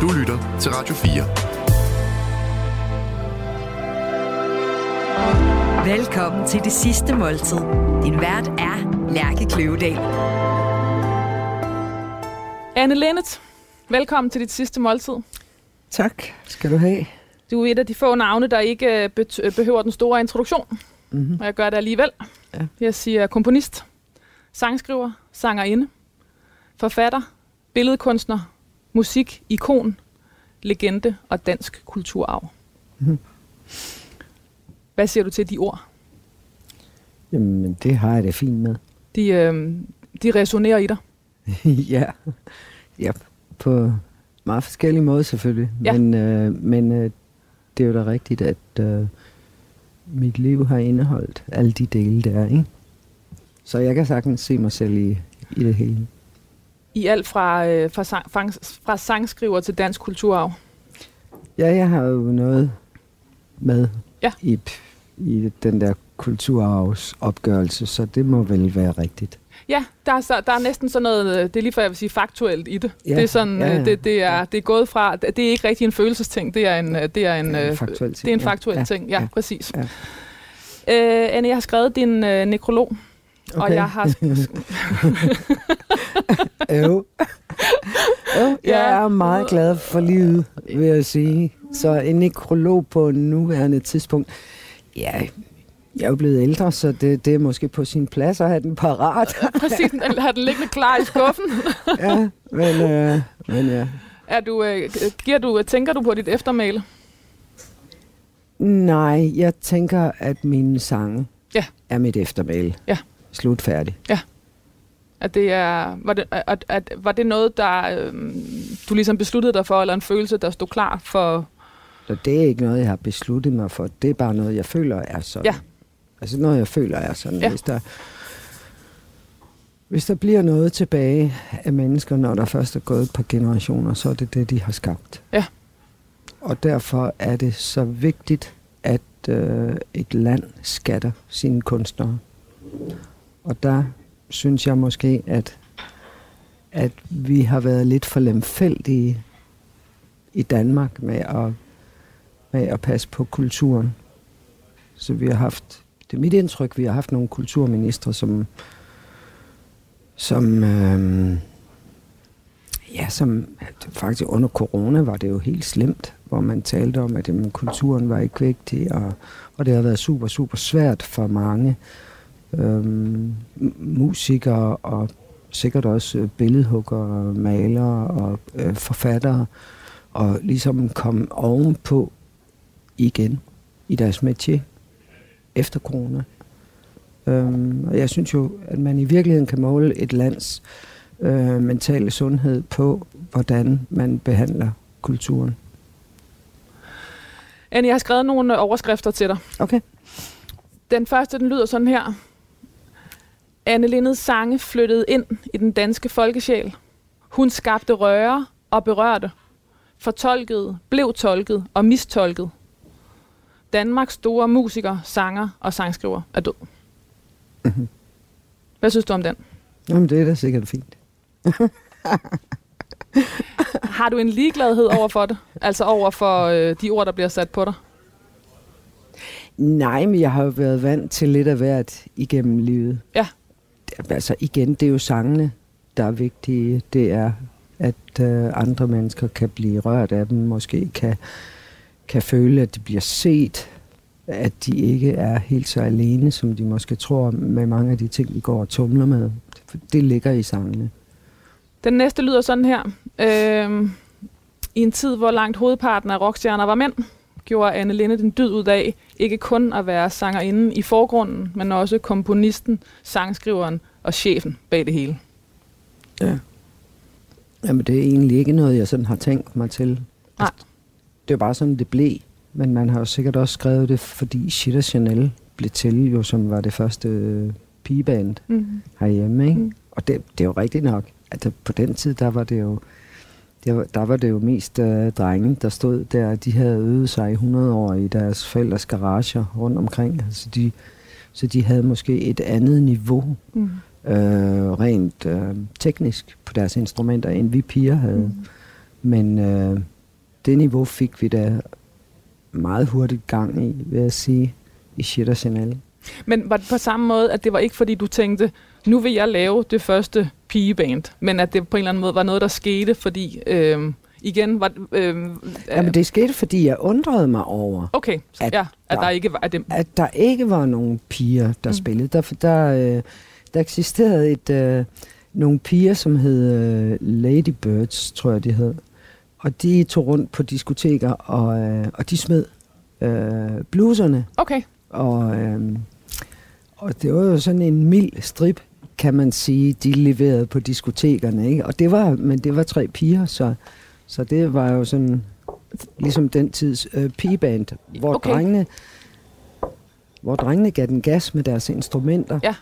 Du lytter til Radio 4. Velkommen til Det Sidste Måltid. Din vært er Lærke Kløvedal. Anne Linnet, velkommen til Dit Sidste Måltid. Tak, skal du have. Du er et af de få navne, der ikke behøver den store introduktion. Mm-hmm. Og jeg gør det alligevel. Ja. Jeg siger komponist, sangskriver, sangerinde, forfatter, billedkunstner, musik, ikon, legende og dansk kulturarv. Mm-hmm. Hvad siger du til de ord? Jamen, det har jeg det fint med. De resonerer i dig? Ja, på meget forskellige måder selvfølgelig. Ja. Men det er jo da rigtigt, at mit liv har indeholdt alle de dele der, ikke? Så jeg kan sagtens se mig selv i det hele. I alt fra sangskriver til dansk kulturarv? Ja, jeg har jo noget med i den der kulturarvsopgørelse, så det må vel være rigtigt. Ja, der er næsten sådan noget, det er lige før jeg vil sige faktuelt i det. Ja, det er sådan, det er gået fra, det er ikke rigtig en følelsesting, det er en faktuel ting. Det er en faktuel ting, ja, præcis. Ja. Anne, jeg har skrevet din nekrolog, okay. Og jeg har... Jeg er meget glad for livet, vil jeg sige. Så en nekrolog på nuværende tidspunkt, jeg er jo blevet ældre, så det er måske på sin plads at have den parat. Præcis, have den liggende klar i skuffen. Ja, men ja. Tænker du på dit eftermæle? Nej, jeg tænker, at mine sange er mit eftermæle. Ja. Slutfærdig. Ja. Var det noget, der du ligesom besluttede dig for, eller en følelse, der stod klar for? Så det er ikke noget, jeg har besluttet mig for. Det er bare noget, jeg føler er sådan. Ja. Altså noget, jeg føler er sådan. Ja. Hvis der bliver noget tilbage af mennesker, når der først er gået et par generationer, så er det det, de har skabt. Ja. Og derfor er det så vigtigt, at et land skatter sine kunstnere. Og der synes jeg måske, at vi har været lidt for lemfældige i Danmark med at passe på kulturen. Så vi har haft, det er mit indtryk, vi har haft nogle kulturministre, som faktisk under corona var det jo helt slemt, hvor man talte om, at kulturen var ikke vigtig, og det har været super, super svært for mange musikere og sikkert også billedhuggere, malere og forfattere, og ligesom komme ovenpå igen i deres métier efter corona. Og jeg synes jo, at man i virkeligheden kan måle et lands mentale sundhed på, hvordan man behandler kulturen. Anne, jeg har skrevet nogle overskrifter til dig. Okay. Den første, den lyder sådan her. Anne Linnets sange flyttede ind i den danske folkesjæl. Hun skabte røre og berørte. Fortolkede, blev tolket og mistolket. Danmarks store musiker, sanger og sangskriver er død. Mm-hmm. Hvad synes du om den? Jamen, det er da sikkert fint. Har du en ligegladhed over for det? Altså over for de ord, der bliver sat på dig? Nej, men jeg har jo været vant til lidt af hvert igennem livet. Ja. Altså igen, det er jo sangene, der er vigtige. Det er, at andre mennesker kan blive rørt af dem, måske kan føle, at de bliver set, at de ikke er helt så alene, som de måske tror med mange af de ting, vi går og tumler med. Det ligger i sangene. Den næste lyder sådan her. I en tid, hvor langt hovedparten af rockstjerner var mænd, gjorde Anne Linnet en dyd ud af ikke kun at være sangerinden i forgrunden, men også komponisten, sangskriveren og chefen bag det hele. Ja. Jamen, det er egentlig ikke noget, jeg sådan har tænkt mig til. Nej. Det er bare sådan, det blev. Men man har jo sikkert også skrevet det, fordi Shit og Chanel blev til, jo, som var det første pigeband herhjemme, ikke? Og det er jo rigtigt nok. Altså, på den tid, der var det jo mest drenge, der stod der. De havde øvet sig i 100 år i deres forældres garager rundt omkring. Altså, så de havde måske et andet niveau rent teknisk på deres instrumenter, end vi piger havde. Men det niveau fik vi da meget hurtigt gang i, vil jeg sige, i Shit og Chanel. Men var det på samme måde, at det var ikke fordi, du tænkte, nu vil jeg lave det første pigeband, men at det på en eller anden måde var noget, der skete, fordi igen var... Jamen det skete, fordi jeg undrede mig over, okay, at der ikke var... At der ikke var nogen piger, der spillede. Der eksisterede nogle piger, som hed Ladybirds, tror jeg, de hed. Og de tog rundt på diskoteker, og de smed bluserne. Okay. Og det var jo sådan en mild strip, kan man sige, de leverede på diskotekerne, ikke? Og det var 3 piger, så det var jo sådan ligesom den tids pigeband, hvor drengene gav den gas med deres instrumenter. Ja.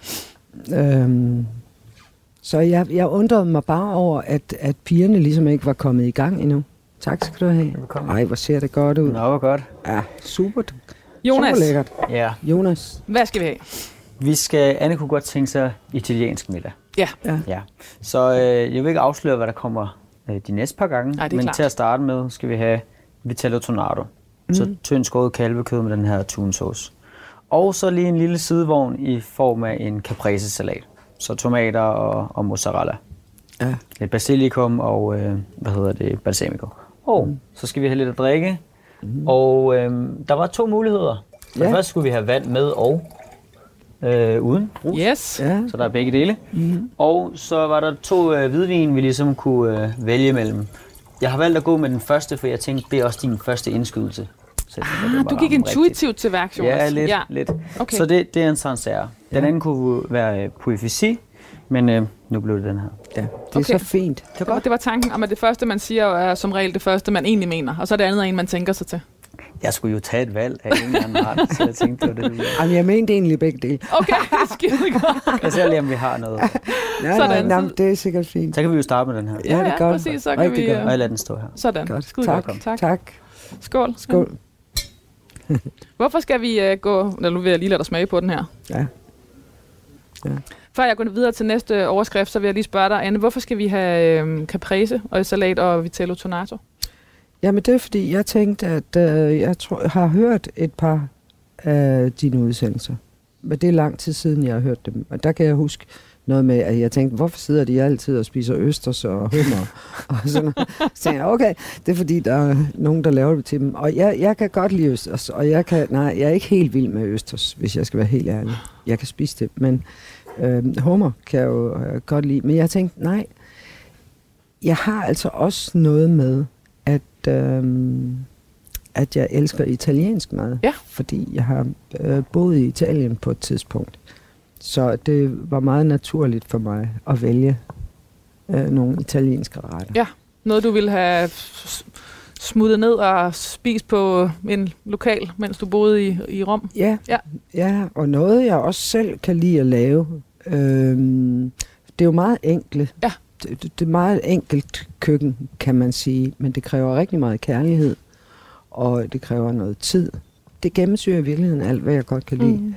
Så jeg undrede mig bare over, at pigerne ligesom ikke var kommet i gang endnu. Tak skal du have. Ej, hvor ser det godt ud. Nå, hvor godt. Ja, super. Jonas. Super lækkert. Ja. Jonas. Hvad skal vi have? Anne kunne godt tænke sig italiensk middag. Ja. Så jeg vil ikke afsløre, hvad der kommer de næste par gange. Nej, men klart. til at starte med, skal vi have Vitello Tonado. Så tynd skåret kalvekød med den her tunesauce. Og så lige en lille sidevogn i form af en caprese-salat. Så tomater og mozzarella. Ja. Lidt basilikum og balsamico. Og så skal vi have lidt at drikke. Og der var 2 muligheder. For det første skulle vi have vand med og uden brus. Yes. Ja. Så der er begge dele. Og så var der 2 hvidvin, vi ligesom kunne vælge mellem. Jeg har valgt at gå med den første, for jeg tænkte, det er også din første indskydelse. Så du gik intuitivt til værks, Jonas. Ja, lidt. Okay. Så det er en Sancerre. Den anden kunne være Puifici, men nu blev det den her. Ja, det er så fint. Det var tanken om, at det første, man siger, er som regel det første, man egentlig mener. Og så er det andet er en, man tænker sig til. Jeg skulle jo tage et valg af en eller anden art, så jeg tænkte, det var det. Jamen, jeg mente egentlig begge dele. Okay, det er skide godt. Jeg ser lige, om vi har noget. Nej, det er sikkert fint. Så kan vi jo starte med den her. Ja, det er godt. Præcis, så kan vi... Og jeg lader den stå her. Sådan. Godt. Skide Tak. godt. Tak. Skål. Skål. Hvorfor skal vi gå... Nu vil jeg lige lade dig smage på den her. Ja. Før jeg går videre til næste overskrift, så vil jeg lige spørge dig, Anne, hvorfor skal vi have caprese og salat og Vitello Tonado? Jamen det er fordi, jeg tænkte, at jeg har hørt et par af dine udsendelser. Men det er lang tid siden, jeg har hørt dem. Og der kan jeg huske noget med, at jeg tænkte, hvorfor sidder de altid og spiser østers og hummer? Og sådan noget. Så tænkte jeg, okay, det er fordi, der er nogen, der laver det til dem. Og jeg kan godt lide østers, og jeg er ikke helt vild med østers, hvis jeg skal være helt ærlig. Jeg kan spise det, men hummer kan jeg jo godt lide. Men jeg tænkte, nej, jeg har altså også noget med, at jeg elsker italiensk mad. Ja. Fordi jeg har boet i Italien på et tidspunkt. Så det var meget naturligt for mig at vælge nogle italienske retter. Ja, noget du ville have smuttet ned og spist på en lokal, mens du boede i Rom. Ja, og noget jeg også selv kan lide at lave. Det er jo meget enkelt. Ja. Det er meget enkelt køkken, kan man sige, men det kræver rigtig meget kærlighed, og det kræver noget tid. Det gennemsyrer i virkeligheden alt, hvad jeg godt kan lide.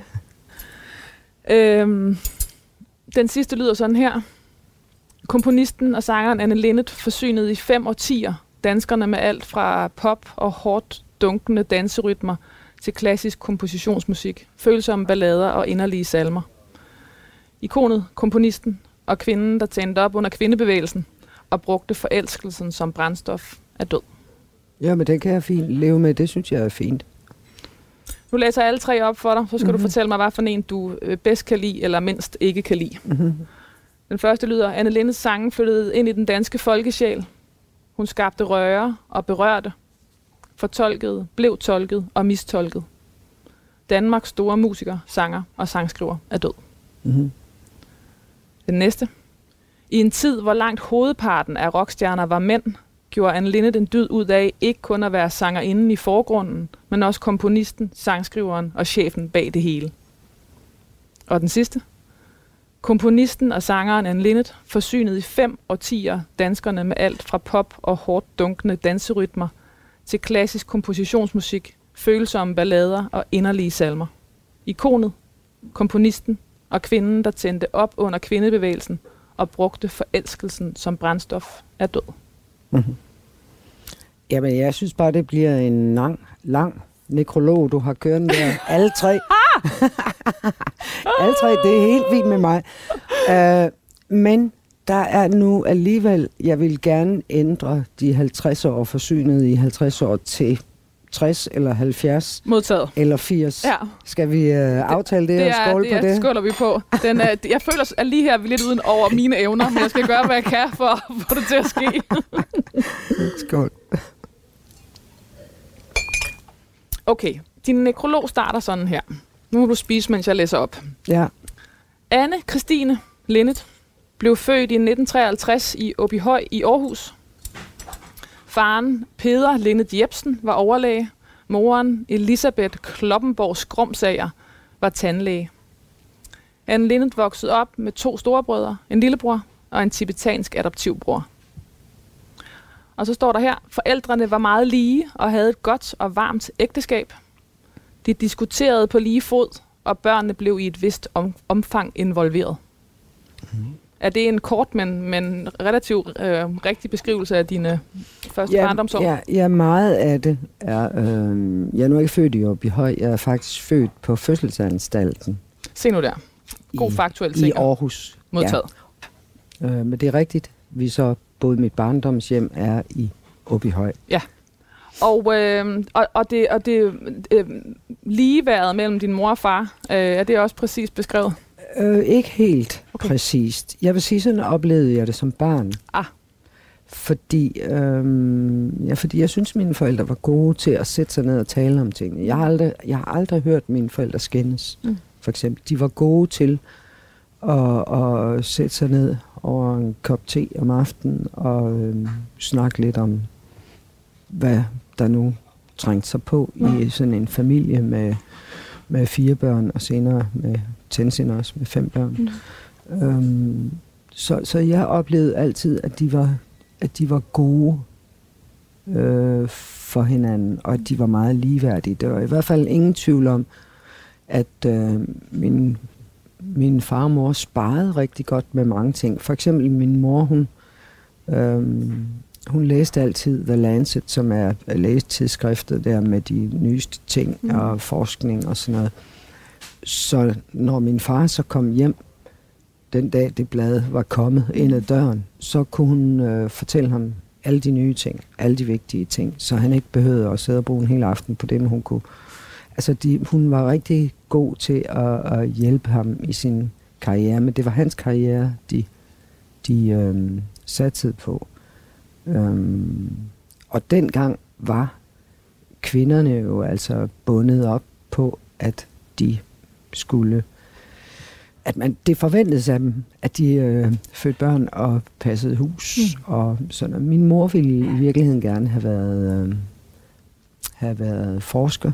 Den sidste lyder sådan her. Komponisten og sangeren Anne Linnet forsynede i 5 årtier danskerne med alt fra pop og hårdt dunkende danserytmer til klassisk kompositionsmusik, følsomme ballader og inderlige salmer. Ikonet, komponisten og kvinden, der tændte op under kvindebevægelsen og brugte forelskelsen som brændstof, er død. Ja, men det kan jeg fint leve med. Det synes jeg er fint. Nu læser jeg alle 3 op for dig, så skal du fortælle mig, hvad for en du bedst kan lide, eller mindst ikke kan lide. Den første lyder, Anne Lindes sange flyttede ind i den danske folkesjæl. Hun skabte røre og berørte, fortolkede, blev tolket og mistolket. Danmarks store musiker, sanger og sangskriver er død. Den næste. I en tid, hvor langt hovedparten af rockstjerner var mænd, gjorde Anne Linnet en dyd ud af ikke kun at være sangerinden i forgrunden, men også komponisten, sangskriveren og chefen bag det hele. Og den sidste. Komponisten og sangeren Anne Linnet forsynede i 5 årtier danskerne med alt fra pop og hårdt dunkende danserytmer til klassisk kompositionsmusik, følsomme ballader og inderlige salmer. Ikonet, komponisten og kvinden, der tændte op under kvindebevægelsen og brugte forelskelsen som brændstof, er død. Jamen, jeg synes bare, det bliver en lang nekrolog, du har kørt der. Alle tre. Alle tre, det er helt fint med mig. Men der er nu alligevel, jeg vil gerne ændre de 50 år forsynet i 50 år til 60 eller 70. Modtaget. Eller 80. Ja. Skal vi aftale det og skåle på det? Det skåler vi på. Jeg føler at lige her vi er lidt uden over mine evner, men jeg skal gøre, hvad jeg kan for at få det til at ske. Skål. Okay, din nekrolog starter sådan her. Nu må du spise, mens jeg læser op. Ja. Anne Christine Linnet blev født i 1953 i Åbyhøj i Aarhus. Faren Peder Linnet Jebsen var overlæge. Moren Elisabeth Kloppenborg Skrumsager var tandlæge. Anne Linnet voksede op med 2 storebrødre, en lillebror og en tibetansk adoptivbror. Og så står der her, forældrene var meget lige og havde et godt og varmt ægteskab. De diskuterede på lige fod, og børnene blev i et vist omfang involveret. Er det en kort, men relativt rigtig beskrivelse af dine første barndomsår? Ja, meget af det er... jeg er nu ikke født i Åbyhøj. Jeg er faktisk født på fødselsanstalten. Se nu der. God faktuel ting. I Aarhus. Modtaget. Ja. Men det er rigtigt. Vi så både mit barndomshjem er i Åbyhøj. Ja. Og det ligeværet mellem din mor og far, er det også præcis beskrevet? Ikke helt præcist. Jeg vil sige, sådan oplevede jeg det som barn. Fordi jeg synes, mine forældre var gode til at sætte sig ned og tale om tingene. Jeg har aldrig hørt mine forældre skændes, for eksempel. De var gode til at sætte sig ned over en kop te om aftenen og snakke lidt om, hvad der nu trængte sig på i sådan en familie med 4 børn, og senere med Tenzin også med 5 børn. Så jeg oplevede altid, at de var gode for hinanden, og at de var meget ligeværdige. Der var i hvert fald ingen tvivl om, at min far og mor sparede rigtig godt med mange ting. For eksempel min mor, hun læste altid The Lancet, som er læsetidsskriftet der med de nyeste ting og forskning og sådan noget. Så når min far så kom hjem, den dag det blad var kommet ind ad døren, så kunne hun fortælle ham alle de nye ting, alle de vigtige ting, så han ikke behøvede at sidde og bruge en hel aften på det, men hun kunne. Altså, hun var rigtig god til at hjælpe ham i sin karriere, men det var hans karriere, de satsede på. Og dengang var kvinderne jo altså bundet op på, at de skulle, det forventedes af dem, at de fødte børn og passede hus og sådan. Min mor ville i virkeligheden gerne have været forsker,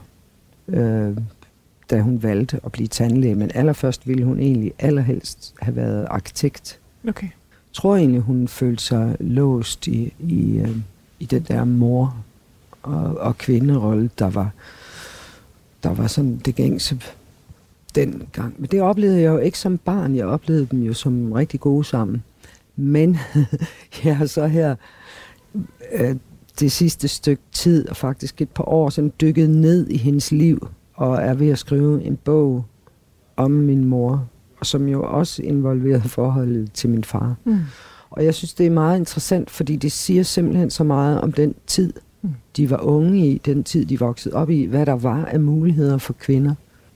da hun valgte at blive tandlæge, men allerførst ville hun egentlig allerhelst have været arkitekt. Okay. Jeg tror egentlig, hun følte sig låst i den der mor og kvinderolle, der var sådan det gængse dengang. Men det oplevede jeg jo ikke som barn. Jeg oplevede dem jo som rigtig gode sammen. Men jeg har så her det sidste stykke tid, og faktisk et par år, sådan dykket ned i hendes liv, og er ved at skrive en bog om min mor, som jo også involverede forholdet til min far. Og jeg synes, det er meget interessant, fordi det siger simpelthen så meget om den tid, de var unge i, den tid, de voksede op i, hvad der var af muligheder for kvinder.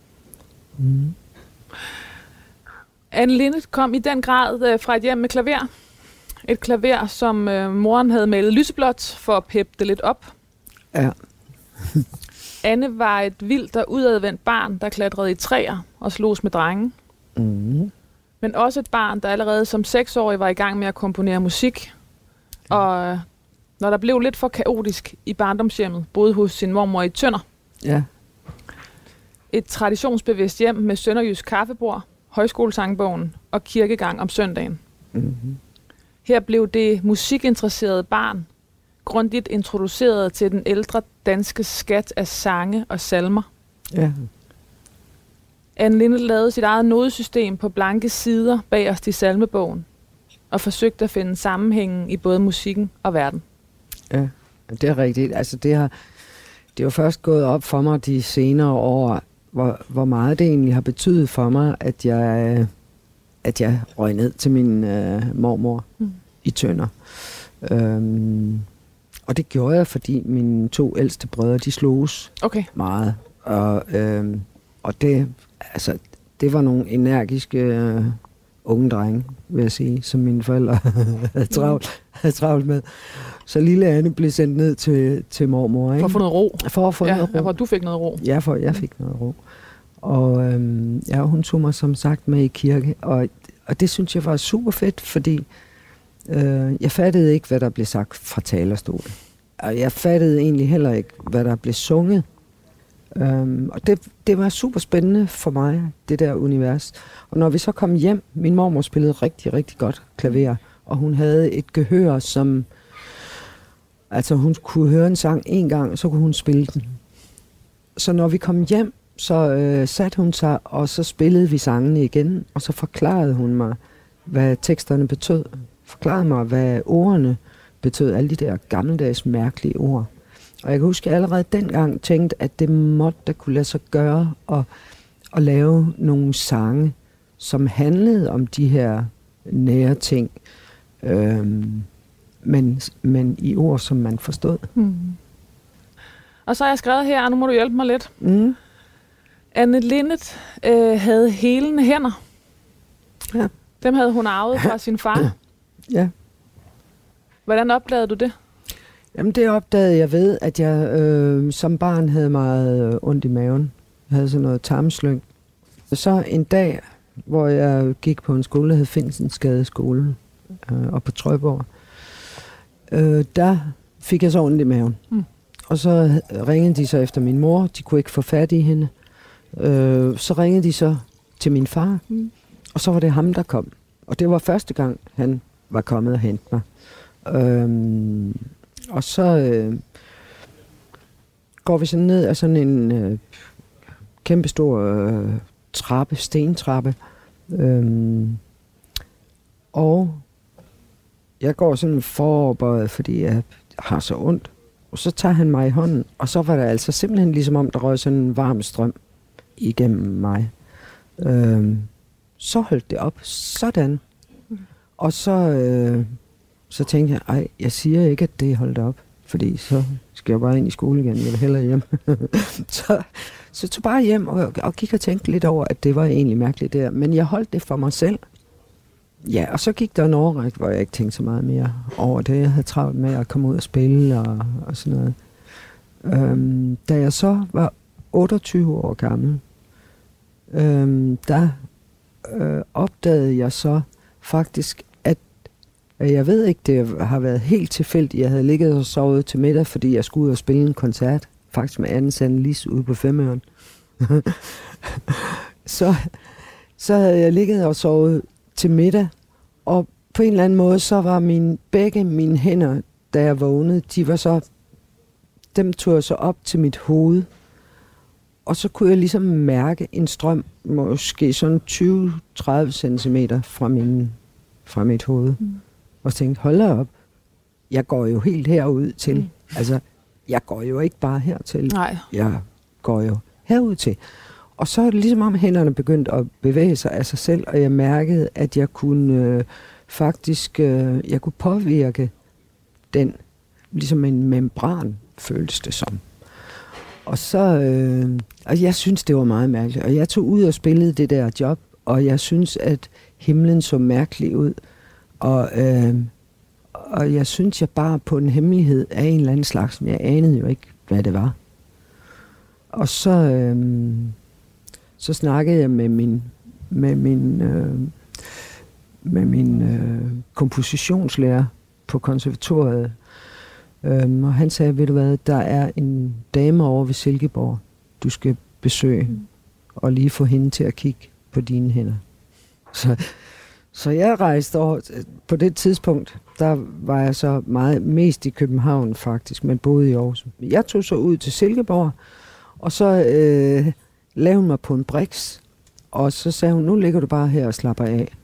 Anne Linnet kom i den grad fra et hjem med klaver. Et klaver, som moren havde malet lyseblåt for at peppe det lidt op. Ja. Anne var et vildt og udadvendt barn, der klatrede i træer og slogs med drenge. Men også et barn, der allerede som 6-årig var i gang med at komponere musik. Og når der blev lidt for kaotisk i barndomshjemmet, boede hos sin mormor i Tønder. Ja. Et traditionsbevidst hjem med sønderjysk kaffebord, højskolesangbogen og kirkegang om søndagen. Her blev det musikinteresserede barn grundigt introduceret til den ældre danske skat af sange og salmer. Ja. Anne Linnet lavede sit eget nodesystem på blanke sider bagerst i salmebogen og forsøgte at finde sammenhængen i både musikken og verden. Ja. Det er rigtigt. Altså det er jo først gået op for mig de senere år, hvor meget det egentlig har betydet for mig, at jeg røg ned til min mormor i Tønder. Og det gjorde jeg, fordi mine 2 ældste brødre, de sloges meget. Og det var nogle energiske unge drenge, vil jeg sige, som mine forældre havde travlt med. Så lille Anne blev sendt ned til mormor. Ikke? For at få noget ro. For at få noget ro. For at du fik noget ro. Ja, for jeg fik noget ro. Og hun tog mig som sagt med i kirke, og det synes jeg var super fedt, fordi jeg fattede ikke, hvad der blev sagt fra talerstolen. Og jeg fattede egentlig heller ikke, hvad der blev sunget. Og det var super spændende for mig, det der univers. Og når vi så kom hjem, min mormor spillede rigtig, rigtig godt klaver, og hun havde et gehør, som... Altså hun kunne høre en sang en gang, og så kunne hun spille den. Så når vi kom hjem, så satte hun sig, og så spillede vi sangene igen, og så forklarede hun mig, hvad teksterne betød. Forklarede mig, hvad ordene betød, alle de der gammeldags mærkelige ord. Og jeg kan huske, at jeg allerede dengang tænkte, at det måtte da kunne lade sig gøre at lave nogle sange, som handlede om de her nære ting, men i ord, som man forstod. Og så har jeg skrevet her, og nu må du hjælpe mig lidt. Anne Linnet havde helende hænder. Ja. Dem havde hun arvet fra sin far. Ja. Hvordan opdagede du det? Jamen det opdagede jeg ved, at jeg som barn havde meget ondt i maven. Jeg havde sådan noget tarmslyng. Så en dag, hvor jeg gik på en skole, der hed Finsensgade skole, og på Trøjborg, der fik jeg så ondt i maven. Og så ringede de så efter min mor. De kunne ikke få fat i hende. Så ringede de så til min far. Og så var det ham, der kom. Og det var første gang, han var kommet og hentet mig. Og så går vi sådan ned af sådan en kæmpestor stentrappe. Og jeg går sådan foroverbøjet, fordi jeg har så ondt. Og så tager han mig i hånden, og så var det altså simpelthen ligesom om, der røg sådan en varm strøm igennem mig. Så holdt det op sådan. Og så tænkte jeg, jeg siger ikke, at det holdt op, fordi så skal jeg bare ind i skole igen, jeg vil hellere hjem. så tog bare hjem og gik og tænkte lidt over, at det var egentlig mærkeligt der. Men jeg holdt det for mig selv. Ja, og så gik der en årrække, hvor jeg ikke tænkte så meget mere over det. Jeg havde travlt med at komme ud og spille og sådan noget. Da jeg så var 28 år gammel, der opdagede jeg så faktisk, at jeg ved ikke, det har været helt tilfældigt. Jeg havde ligget og sovet til middag, fordi jeg skulle ud og spille en koncert, faktisk med Anne Sandlis ude på Femøren. så havde jeg ligget og sovet til middag, og på en eller anden måde, så var begge mine hænder, da jeg vågnede, dem tog jeg så op til mit hoved, og så kunne jeg ligesom mærke en strøm, måske sådan 20-30 centimeter fra mit hoved, og tænkte, hold da op, jeg går jo helt herud til. Altså, jeg går jo ikke bare hertil. Nej. Jeg går jo herud til. Og så er det ligesom om hænderne begyndte at bevæge sig af sig selv, og jeg mærkede, at jeg kunne jeg kunne påvirke den, ligesom en membran, føltes det som. Og så, og jeg synes, det var meget mærkeligt. Og jeg tog ud og spillede det der job, og jeg synes, at himlen så mærkelig ud. Og jeg synes, jeg bare på en hemmelighed af en eller anden slags, men jeg anede jo ikke, hvad det var. Og så snakkede jeg med min kompositionslærer på konservatoriet. Og han sagde, ved du hvad, der er en dame over ved Silkeborg, du skal besøge, og lige få hende til at kigge på dine hænder. Så jeg rejste over. På det tidspunkt, der var jeg så mest i København faktisk, men boede i Aarhus. Jeg tog så ud til Silkeborg, og så lavede hun mig på en briks, og så sagde hun, nu ligger du bare her og slapper af.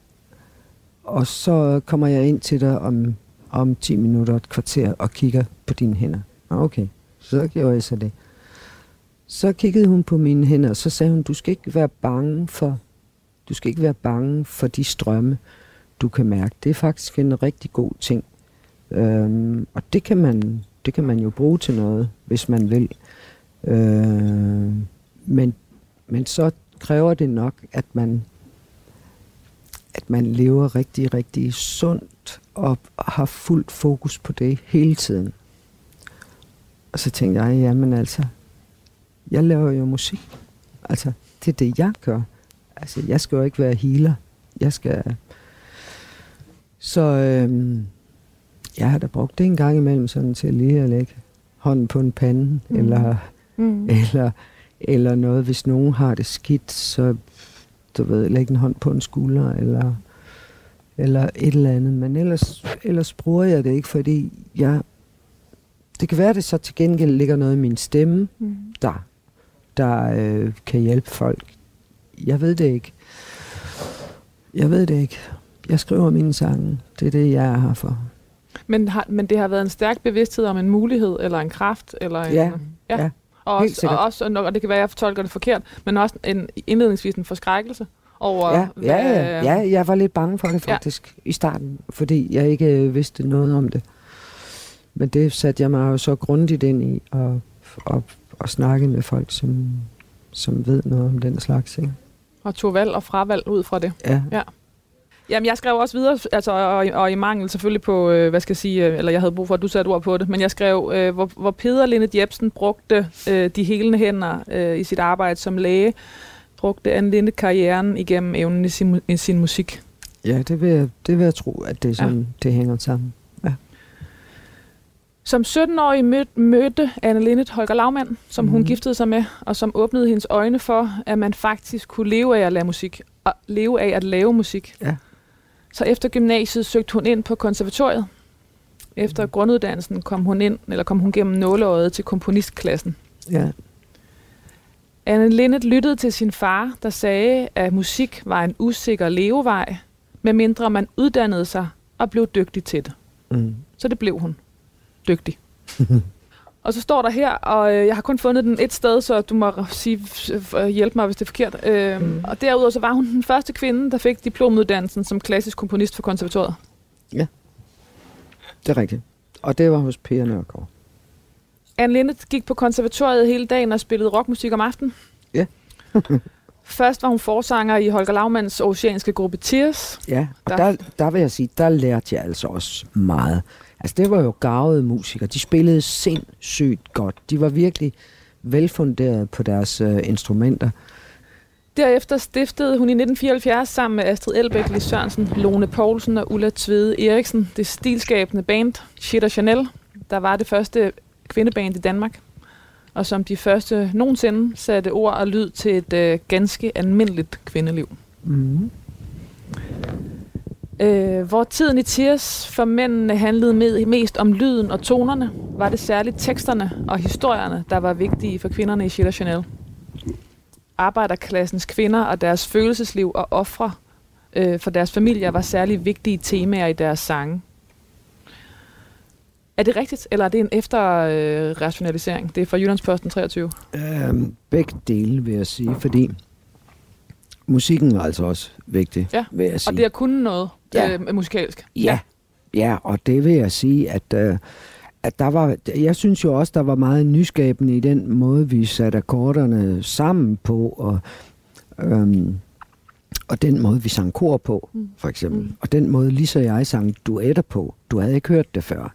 Og så kommer jeg ind til dig om 10 minutter, et kvarter, og kigger på dine hænder. Okay, så gjorde jeg så det. Så kiggede hun på mine hænder, og så sagde hun, du skal ikke være bange for de strømme, du kan mærke. Det er faktisk en rigtig god ting. Og det kan man jo bruge til noget, hvis man vil. Men så kræver det nok, at man lever rigtig, rigtig sundt og har fuldt fokus på det hele tiden. Og så tænkte jeg, jamen altså, jeg laver jo musik. Altså, det er det, jeg gør. Altså, jeg skal jo ikke være healer. Så jeg har da brugt det en gang imellem sådan til lige at lægge hånden på en pande, eller noget. Hvis nogen har det skidt, så lægge en hånd på en skulder, eller et eller andet. Men ellers bruger jeg det ikke, fordi det kan være, at det så til gengæld ligger noget i min stemme, der kan hjælpe folk. Jeg ved det ikke. Jeg skriver mine sange. Det er det, jeg er her for. Men det har været en stærk bevidsthed om en mulighed, eller en kraft? Eller ja. Og det kan være, at jeg fortolker det forkert, men også indledningsvis en forskrækkelse over... Ja, jeg var lidt bange for det faktisk i starten, fordi jeg ikke vidste noget om det. Men det satte jeg mig jo så grundigt ind i, og snakke med folk, som ved noget om den slags, ikke? Og tog valg og fravalg ud fra det. Ja. Jamen, jeg skrev også videre, altså, og i mangel selvfølgelig på, eller jeg havde brug for, at du satte ord på det, men jeg skrev, hvor Peder Linnet Jebsen brugte de helende hænder i sit arbejde som læge, brugte Anne Linnet karrieren igennem evnen i sin musik. Ja, det vil jeg tro, at det er sådan, det hænger sammen. Ja. Som 17-årig mødte Anne Linnet Holger Laumann, som hun giftede sig med, og som åbnede hendes øjne for, at man faktisk kunne leve af at lave musik, og leve af at lave musik. Ja. Så efter gymnasiet søgte hun ind på konservatoriet. Efter grunduddannelsen kom hun gennem nåleøjet til komponistklassen. Ja. Anne Linnet lyttede til sin far, der sagde, at musik var en usikker levevej, medmindre man uddannede sig og blev dygtig til det. Så det blev hun. Dygtig. Og så står der her, og jeg har kun fundet den et sted, så du må hjælpe mig, hvis det er forkert. Og derudover så var hun den første kvinde, der fik diplomuddannelsen som klassisk komponist for konservatoriet. Ja, det er rigtigt. Og det var hos Per Nørgaard. Anne Linnet gik på konservatoriet hele dagen og spillede rockmusik om aftenen. Ja. Først var hun forsanger i Holger Laumanns oceanske gruppe Tears. Ja, og der vil jeg sige, der lærte jeg altså også meget. Altså, det var jo garvede musikere. De spillede sindssygt godt. De var virkelig velfunderede på deres instrumenter. Derefter stiftede hun i 1974 sammen med Astrid Elbæk, Lis Sørensen, Lone Poulsen og Ulla Tvede Eriksen det stilskabende band Shit og Chanel, der var det første kvindeband i Danmark, og som de første nogensinde satte ord og lyd til et ganske almindeligt kvindeliv. Hvor tiden i Tears for mændene handlede mest om lyden og tonerne, var det særligt teksterne og historierne, der var vigtige for kvinderne i Shit og Chanel. Arbejderklassens kvinder og deres følelsesliv og ofre for deres familier var særlig vigtige temaer i deres sange. Er det rigtigt, eller er det en efterrationalisering? Det er fra Jyllandsposten 23. Begge dele, vil jeg sige, fordi musikken var altså også vigtig, vil jeg sige. Og det at kunne noget musikalsk. Ja, og det vil jeg sige, at der var, jeg synes jo også, der var meget nyskabende i den måde, vi satte akkorderne sammen på, og den måde, vi sang kor på, for eksempel. Og den måde, Lisa og jeg sang duetter på. Du havde ikke hørt det før.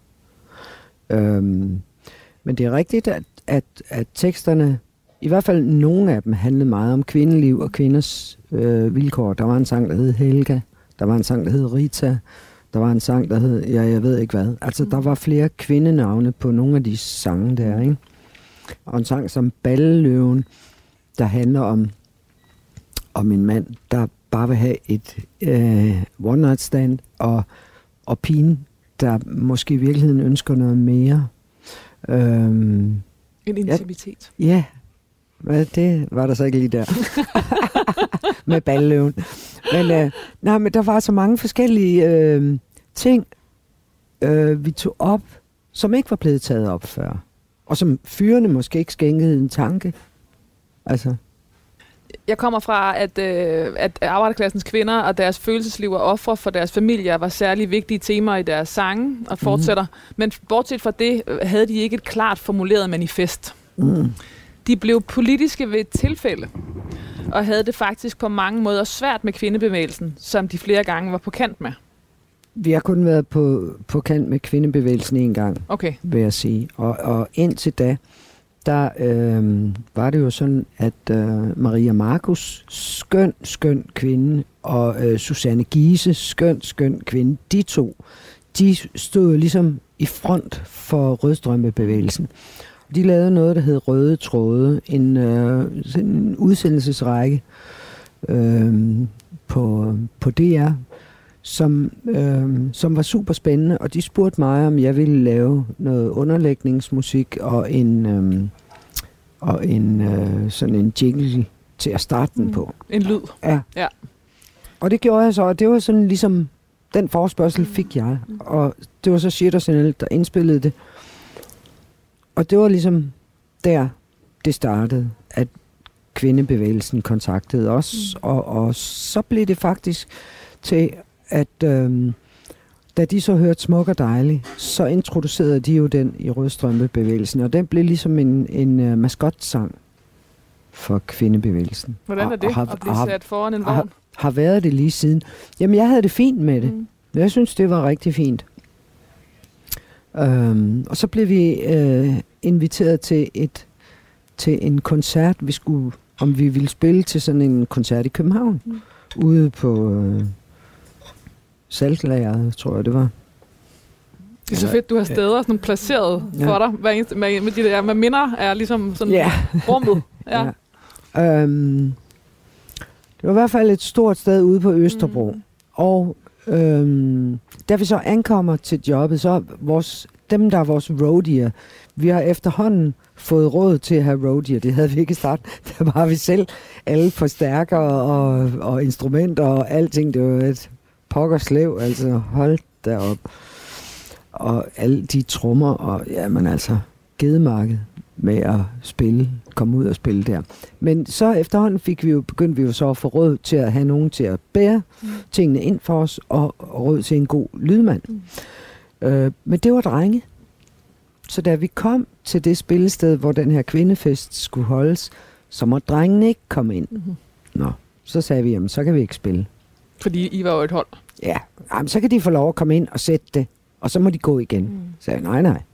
Men det er rigtigt, at teksterne, i hvert fald nogle af dem, handlede meget om kvindeliv og kvinders vilkår. Der var en sang, der hed Helga. Der var en sang, der hed Rita. Der var en sang, der hed, jeg ved ikke hvad. Altså, der var flere kvindenavne på nogle af de sange der, ikke? Og en sang som Balleløven, der handler om en mand, der bare vil have et one night stand, og pigen, der måske i virkeligheden ønsker noget mere. En intimitet. Ja, det var der så ikke lige der. Med Balleløven. Men der var så mange forskellige ting, vi tog op, som ikke var blevet taget op før. og som fyrene måske ikke skænkede en tanke. Altså. Jeg kommer fra, at arbejderklassens kvinder og deres følelsesliv og ofre for deres familier var særlig vigtige temaer i deres sange og fortsætter. Men bortset fra det, havde de ikke et klart formuleret manifest. De blev politiske ved et tilfælde, og havde det faktisk på mange måder svært med kvindebevægelsen, som de flere gange var på kant med. Vi har kun været på kant med kvindebevægelsen en gang, vil jeg sige. Og indtil da, der var det jo sådan, at Maria Marcus, skøn kvinde, og Susanne Giese, skøn kvinde, de stod ligesom i front for Rødstrømpebevægelsen. De lavede noget, der hed Røde Tråde, en udsendelsesrække på DR, som var super spændende, og de spurgte mig, om jeg ville lave noget underlægningsmusik og sådan en jingle til at starte den på. En lyd. Ja. Og det gjorde jeg så, og det var sådan ligesom, den forespørgsel fik jeg, og det var så Shit og Chanel, der indspillede det. Og det var ligesom der, det startede, at kvindebevægelsen kontaktede os, og så blev det faktisk til, at da de så hørte Smuk og Dejlig, så introducerede de jo den i Rødstrømpebevægelsen, og den blev ligesom en maskotsang for kvindebevægelsen. Hvordan er det at blive sat foran en vogn? Har været det lige siden. Jamen, jeg havde det fint med det. Jeg synes, det var rigtig fint. Og så blev vi inviteret til en koncert, om vi ville spille til sådan en koncert i København, ude på Saltlageret, tror jeg det var. Det er så fedt, du har steder sådan placeret for dig, med de der med minder er ligesom sådan rummet. Ja. Det var i hvert fald et stort sted ude på Østerbro. Og da vi så ankommer til jobbet, så dem, der er vores roadier, vi har efterhånden fået råd til at have roadier. Det havde vi ikke i starten. Der var vi selv alle forstærkere og instrumenter og alting. Det var et pokkerslev, altså hold derop. Og alle de trommer og jamen altså gedemarked med at komme ud og spille der. Men så efterhånden begyndte vi jo så at få råd til at have nogen til at bære tingene ind for os, og råd til en god lydmand. Men det var drenge. Så da vi kom til det spillested, hvor den her kvindefest skulle holdes, så må drengene ikke komme ind. Nå, så sagde vi, jamen så kan vi ikke spille. Fordi I var jo et hold. Ja, jamen, så kan de få lov at komme ind og sætte det, og så må de gå igen. Så sagde jeg, nej.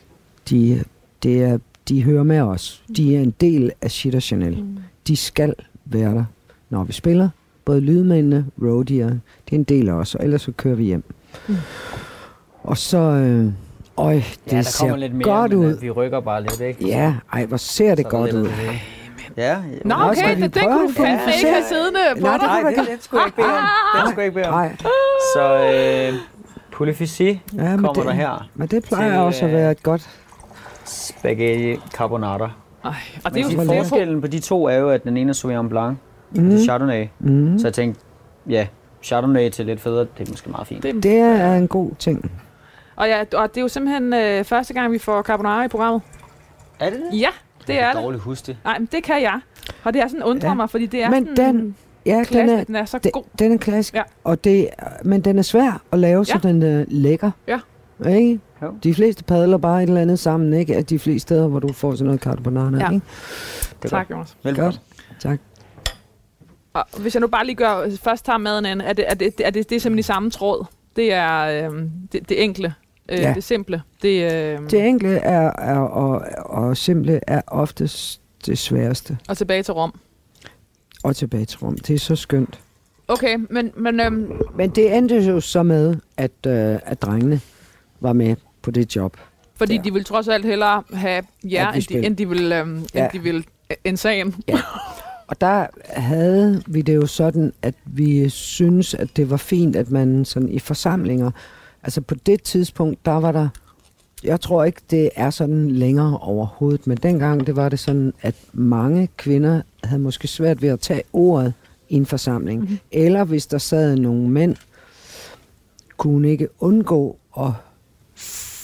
De hører med os. De er en del af Shit og Chanel. De skal være der, når vi spiller. Både lydmændene, roadier, det er en del af os, og ellers så kører vi hjem. Og så... det ser lidt mere, godt ud. Vi rykker bare lidt, ikke? Ja, hvor ser det godt ud. Ja. Nå, okay, det kunne du fandme ikke have siddende på dig. Nej, det skulle jeg ikke bede om. Så polyfisi kommer der her. Men det plejer også at være et godt... Spaghetti carbonara. Og det er jo forskellen på de to er jo, at den ene er Sauvignon Blanc, det er Chardonnay. Så jeg tænkte, Chardonnay til lidt federe, det er måske meget fint. Det er en god ting. Og det er jo simpelthen første gang, vi får carbonara i programmet. Er det det? Ja, det er det. Jeg kan dårligt huske det. Nej, men det kan jeg. Og det er sådan undrer mig, fordi det er sådan klassisk, den er så god. Den er klassisk, men den er svær at lave, så den er lækker. Ja. Ikke? Jo. De fleste padler bare et eller andet sammen, ikke? At de fleste steder, hvor du får sådan noget carbonara, ikke? Tak, Jonas. Velkommen. Tak. Og hvis jeg nu bare lige først tager maden an, er det simpelthen i samme tråd? Det er det enkle, det simple. Det enkle og simple er oftest det sværeste. Og tilbage til Rom. Det er så skønt. Okay, men det endte jo så med, at drengene var med på det job. Fordi de ville trods alt hellere have end de ville en sagen. Ja. Og der havde vi det jo sådan, at vi synes, at det var fint, at man sådan i forsamlinger, altså på det tidspunkt, der var der, jeg tror ikke, det er sådan længere overhovedet, men dengang det var det sådan, at mange kvinder havde måske svært ved at tage ordet i en forsamling. Eller hvis der sad nogle mænd, kunne ikke undgå at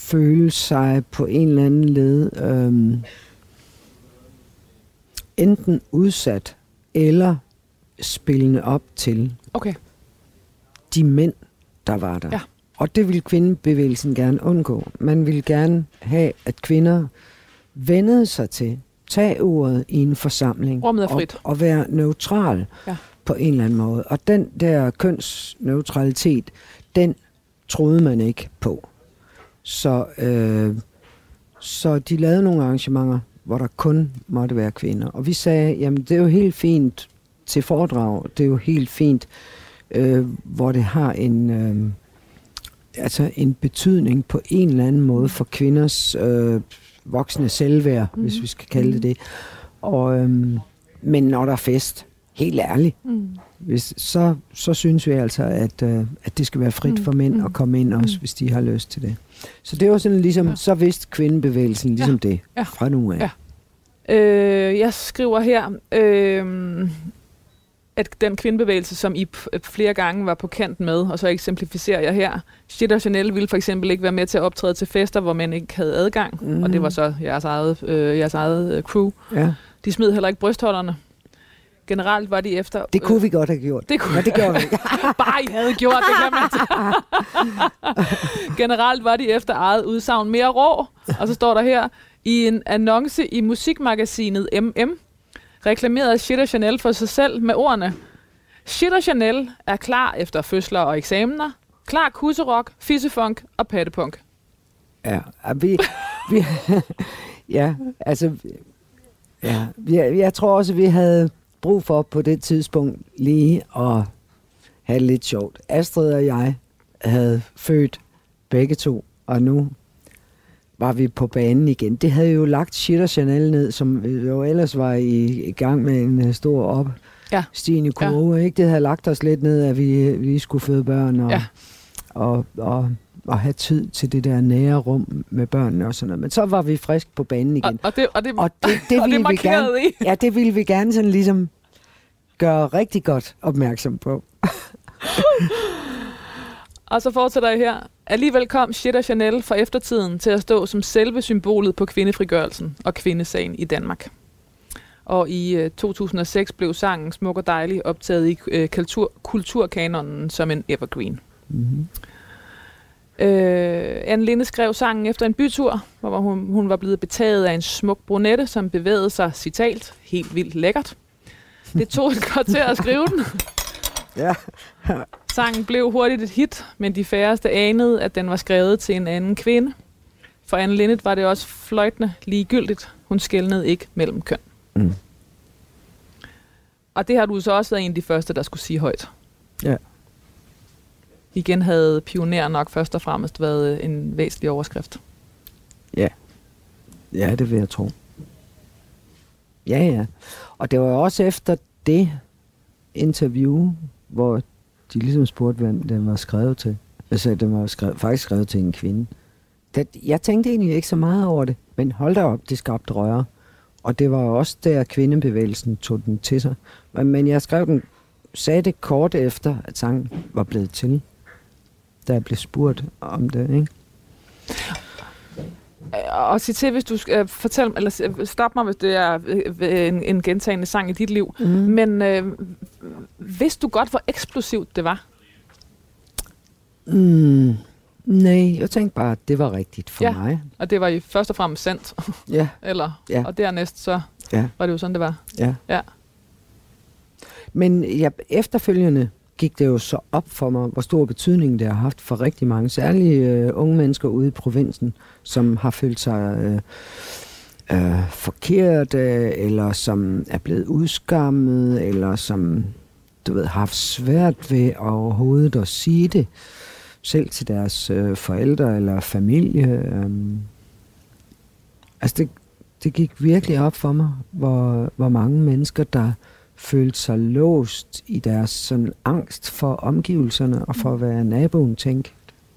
føle sig på en eller anden led enten udsat eller spillende op til de mænd, der var der. Ja. Og det ville kvindebevægelsen gerne undgå. Man ville gerne have, at kvinder vendede sig til, tage ordet i en forsamling og være neutral på en eller anden måde. Og den der kønsneutralitet, den troede man ikke på. Så de lavede nogle arrangementer, hvor der kun måtte være kvinder. Og vi sagde, jamen det er jo helt fint til foredrag, det er jo helt fint, hvor det har en betydning på en eller anden måde for kvinders voksne selvværd, hvis vi skal kalde det det. Og, men når der er fest, helt ærligt, så synes vi altså, at det skal være frit for mænd at komme ind også, hvis de har lyst til det. Så det var sådan ligesom, så vidste kvindebevægelsen ligesom det fra nu af. Ja. Jeg skriver her, at den kvindebevægelse, som I flere gange var på kant med, og så eksemplificerer jeg her, Shit og Chanel ville for eksempel ikke være med til at optræde til fester, hvor man ikke havde adgang, og det var så jeres eget crew. Ja. De smed heller ikke brystholderne. Generelt var de efter... Det kunne vi godt have gjort. Det gjorde vi ikke. Bare I havde gjort det, kan man Generelt var de efter eget udsagn mere rå, og så står der her, i en annonce i musikmagasinet MM, reklamerede Shit og Chanel for sig selv med ordene: Shit og Chanel er klar efter fødsler og eksamener, klar kusserok, fissefunk og pattepunk. Ja, jeg tror også, vi havde brug for på det tidspunkt lige at have det lidt sjovt. Astrid og jeg havde født begge to, og nu var vi på banen igen. Det havde jo lagt Shit og Chanel ned, som jo ellers var i gang med en stor opstigende kurve. Ikke? Det havde lagt os lidt ned, at vi skulle føde børn og have tid til det der nære rum med børnene og sådan noget. Men så var vi frisk på banen igen. Og det ville vi gerne. Ja, det ville vi gerne sådan ligesom gøre rigtig godt opmærksom på. Og så fortsætter jeg her. Alligevel kom Shit og Chanel fra eftertiden til at stå som selve symbolet på kvindefrigørelsen og kvindesagen i Danmark. Og i 2006 blev sangen Smuk og Dejlig optaget i kulturkanonen som en evergreen. Mm-hmm. Anne Linnet skrev sangen efter en bytur, hvor hun var blevet betaget af en smuk brunette, som bevægede sig, citat, helt vildt lækkert. Det tog et kvarter at skrive den. Ja. Sangen blev hurtigt et hit, men de færreste anede, at den var skrevet til en anden kvinde. For Anne Linnet var det også fløjtende ligegyldigt. Hun skelnede ikke mellem køn. Mm. Og det har du så også været en af de første, der skulle sige højt. Ja. Igen havde pioner nok først og fremmest været en væsentlig overskrift. Ja. Ja, det vil jeg tro. Ja. Og det var også efter det interview, hvor de ligesom spurgte, hvem den var skrevet til. Altså, den var faktisk skrevet til en kvinde. Jeg tænkte egentlig ikke så meget over det, men hold da op, det skabte røre. Og det var også der, kvindebevægelsen tog den til sig. Men jeg sagde det kort efter, at sangen var blevet til, da jeg blev spurgt om det, ikke? Og sig til, hvis du skal fortælle, eller stop mig, hvis det er en gentagende sang i dit liv. Mm. Men vidste du godt, hvor eksplosivt det var? Nej, jeg tænkte bare, at det var rigtigt for mig. Og det var jo først og fremmest sandt. Ja. Og dernæst så var det jo sådan, det var. Ja. Men efterfølgende gik det jo så op for mig, hvor stor betydning det har haft for rigtig mange, særligt unge mennesker ude i provinsen, som har følt sig forkerte, eller som er blevet udskammet, eller som, har haft svært ved overhovedet at sige det, selv til deres forældre eller familie. Altså det gik virkelig op for mig, hvor mange mennesker, der følte sig låst i deres sådan angst for omgivelserne og for at være naboen tænkt.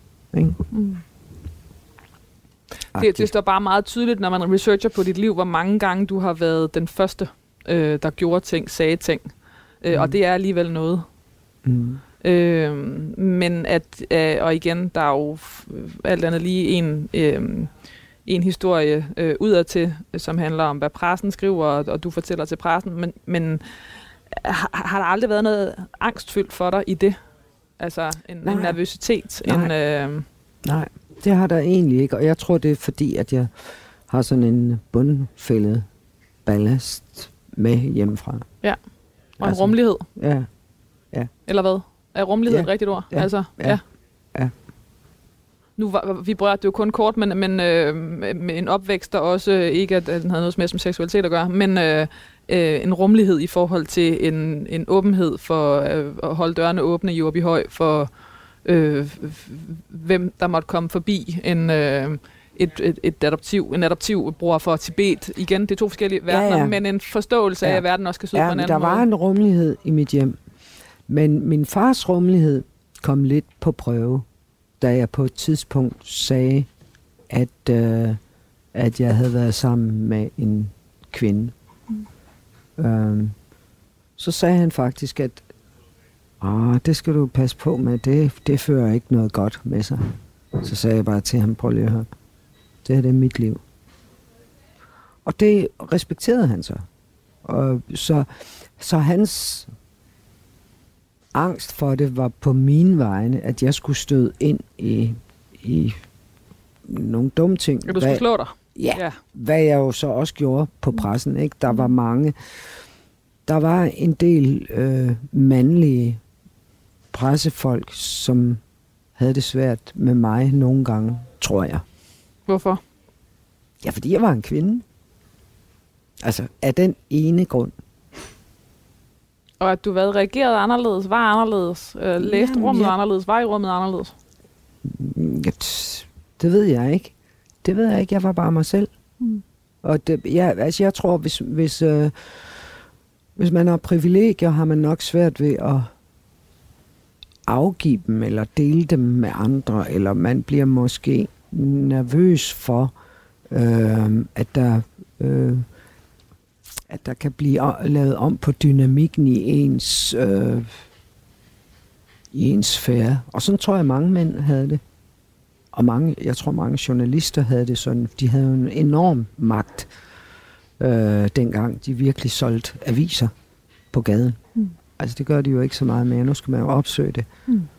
Det står bare meget tydeligt, når man researcher på dit liv, hvor mange gange du har været den første, der gjorde ting, sagde ting. Og det er alligevel noget. Men og igen, der er jo alt andet lige en historie udadtil, som handler om, hvad pressen skriver, og du fortæller til pressen, men har der aldrig været noget angstfyldt for dig i det? Altså en nervøsitet? Nej, det har der egentlig ikke, og jeg tror, det er fordi, at jeg har sådan en bundfældet ballast med hjemmefra. Ja, og en rummelighed. Ja. Eller hvad? Er rummelighed et rigtigt ord? Ja. Altså, ja. Nu vi berørte det jo kun kort, men med en opvækst, der også ikke at den havde noget med som seksualitet at gøre, men en rummelighed i forhold til en åbenhed for at holde dørene åbne i Åbyhøj for hvem der måtte komme forbi en adoptivbror for Tibet. Igen, det er 2 forskellige verdener, men en forståelse af, at verden også skal se ud på en anden måde. Der var en rummelighed i mit hjem, men min fars rummelighed kom lidt på prøve, da jeg på et tidspunkt sagde, at jeg havde været sammen med en kvinde. Så sagde han faktisk, at det skal du passe på med, det fører ikke noget godt med sig. Så sagde jeg bare til ham, prøv lige at høre, det her det er mit liv. Og det respekterede han så. Og så hans angst for det var på mine vegne, at jeg skulle støde ind i nogle dumme ting. Og du skulle slå dig? Ja, hvad jeg jo så også gjorde på pressen. Ikke? Der var en del mandlige pressefolk, som havde det svært med mig nogle gange, tror jeg. Hvorfor? Ja, fordi jeg var en kvinde. Altså, af den ene grund. Og at du reagerede anderledes, var anderledes, læste rummet anderledes, var i rummet anderledes? Det ved jeg ikke. Jeg var bare mig selv. Og jeg tror, hvis man har privilegier, har man nok svært ved at afgive dem, eller dele dem med andre, eller man bliver måske nervøs for, at der kan blive lavet om på dynamikken i ens sfære. Og sådan tror jeg, mange mænd havde det. Og jeg tror, mange journalister havde det sådan. De havde jo en enorm magt, dengang de virkelig solgte aviser på gaden. Altså, det gør de jo ikke så meget mere. Nu skal man jo opsøge det.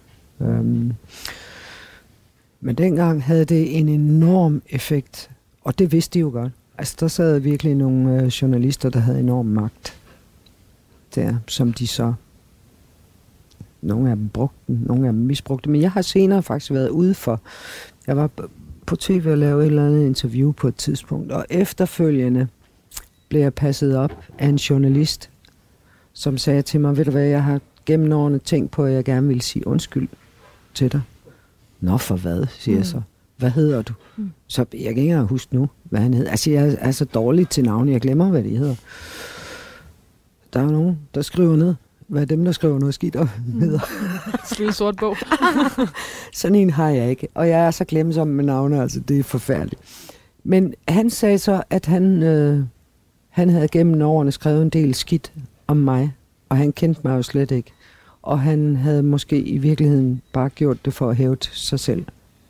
Men dengang havde det en enorm effekt. Og det vidste de jo godt. Altså, der sad virkelig nogle journalister, der havde enorm magt der, som de så... Nogle af dem brugte, nogle af dem misbrugte. Men jeg har senere faktisk været ude for... Jeg var på tv og lavede et eller andet interview på et tidspunkt, og efterfølgende blev jeg passet op af en journalist, som sagde til mig, ved du hvad, jeg har gennem årene tænkt på, at jeg gerne ville sige undskyld til dig. Nå, for hvad, siger jeg så. Hvad hedder du? Så jeg kan ikke engang huske nu, hvad han hedder. Altså, jeg er så dårlig til navne, jeg glemmer, hvad de hedder. Der er jo nogen, der skriver ned, hvad dem, der skriver noget skidt op, hedder. Skrive sort bog. Sådan en har jeg ikke. Og jeg er så glemsom med navne, altså det er forfærdeligt. Men han sagde så, at han havde gennem årene skrevet en del skidt om mig, og han kendte mig jo slet ikke. Og han havde måske i virkeligheden bare gjort det for at hæve sig selv.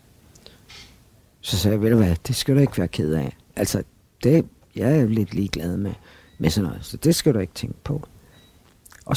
Så sagde jeg, ved du hvad, det skal du ikke være ked af. Altså, jeg er lidt ligeglad med sådan noget, så det skal du ikke tænke på. Og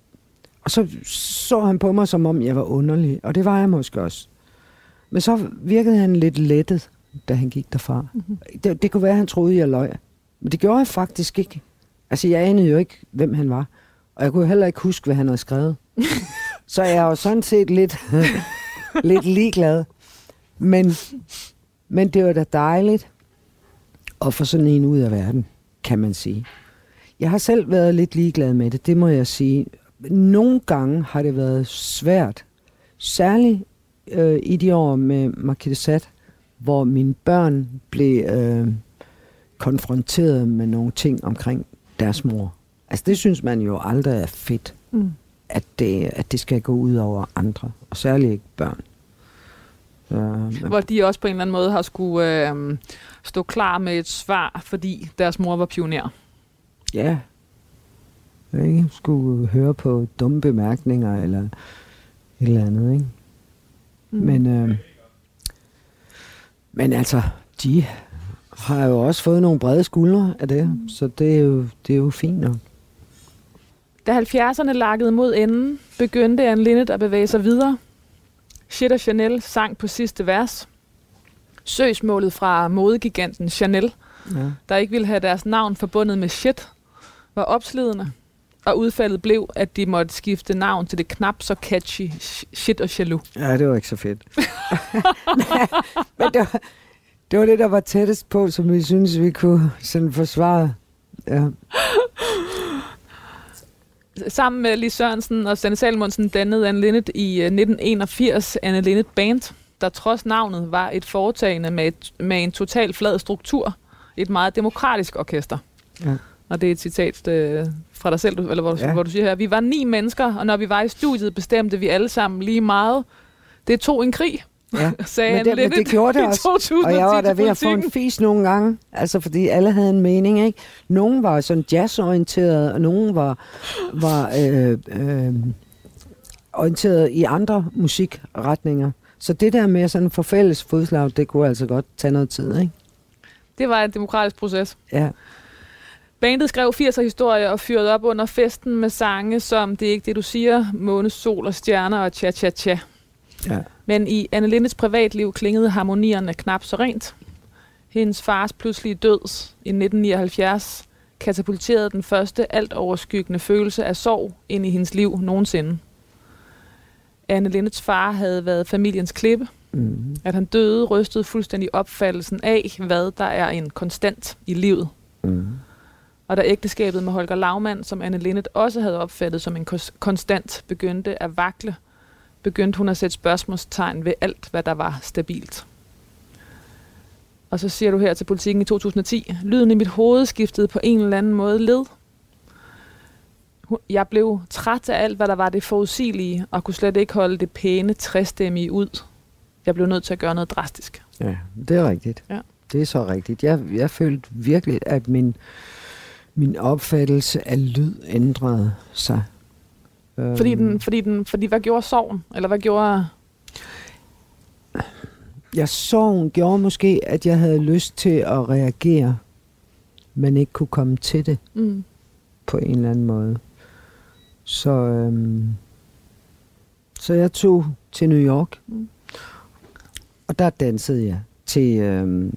så han på mig, som om jeg var underlig, og det var jeg måske også. Men så virkede han lidt lettet, da han gik derfra. Det kunne være, at han troede, jeg løg. Men det gjorde jeg faktisk ikke. Altså, jeg anede jo ikke, hvem han var. Og jeg kunne heller ikke huske, hvad han havde skrevet. Så jeg er jo sådan set lidt ligeglad. Men det var da dejligt at få sådan en ud af verden, kan man sige. Jeg har selv været lidt ligeglad med det må jeg sige. Nogle gange har det været svært. Særligt i de år med Markizat, hvor mine børn blev konfronteret med nogle ting omkring deres mor. Altså det synes man jo aldrig er fedt, at det skal gå ud over andre, og særligt ikke børn. Hvor de også på en eller anden måde har skulle stå klar med et svar, fordi deres mor var pioner. Ja. Jeg ikke skulle høre på dumme bemærkninger, eller et eller andet, ikke? Men altså, de har jo også fået nogle brede skuldre af det, så det er jo fint nok. Da 70'erne lakkede mod enden, begyndte Anne Linnet at bevæge sig videre. Shit og Chanel sang på sidste vers. Søgsmålet fra modegiganten Chanel, der ikke ville have deres navn forbundet med shit, var opslidende. Og udfaldet blev, at de måtte skifte navn til det knap så catchy Shit og Jaloux. Ja, det var ikke så fedt. Men det var det, der var tættest på, som vi synes, vi kunne sådan forsvare. Ja. Sammen med Lis Sørensen og Sanne Salomonsen dannede Anne Linnet i 1981 Anne Linnet Band, der trods navnet var et foretagende med en total flad struktur. Et meget demokratisk orkester. Ja. Og det er et citat fra dig selv, eller hvor du siger her, vi var 9 mennesker, og når vi var i studiet, bestemte vi alle sammen lige meget. Det tog en krig, sagde Anne Linnet. Men det gjorde det også, og jeg var der ved at få en fis nogle gange, altså fordi alle havde en mening, ikke? Nogen var sådan jazzorienteret, og nogen var orienteret i andre musikretninger. Så det der med sådan for fælles fodslag, det kunne altså godt tage noget tid, ikke? Det var en demokratisk proces. Ja. Bandet skrev 80'er historier og fyrede op under festen med sange som Det er ikke det, du siger, Måne, Sol og Stjerner og Cha Cha Cha. Ja. Men i Anne Linnets privatliv klingede harmonierne knap så rent. Hendes fars pludselige død i 1979 katapulterede den første alt overskyggende følelse af sorg ind i hendes liv nogensinde. Anne Linnets far havde været familiens klippe. Mm. At han døde rystede fuldstændig opfattelsen af, hvad der er en konstant i livet. Mm. Og da ægteskabet med Holger Laumann, som Anne Linnet også havde opfattet som en konstant, begyndte at vakle, begyndte hun at sætte spørgsmålstegn ved alt, hvad der var stabilt. Og så siger du her til Politikken i 2010, lyden i mit hoved skiftede på en eller anden måde led. Jeg blev træt af alt, hvad der var det forudsigelige, og kunne slet ikke holde det pæne træstemmige ud. Jeg blev nødt til at gøre noget drastisk. Ja, det er rigtigt. Ja. Det er så rigtigt. Jeg følte virkelig, at min opfattelse af lyd ændrede sig. Fordi hvad gjorde sorgen? Eller hvad gjorde... Ja, sorgen gjorde måske, at jeg havde lyst til at reagere, men ikke kunne komme til det på en eller anden måde. Så jeg tog til New York, og der dansede jeg til...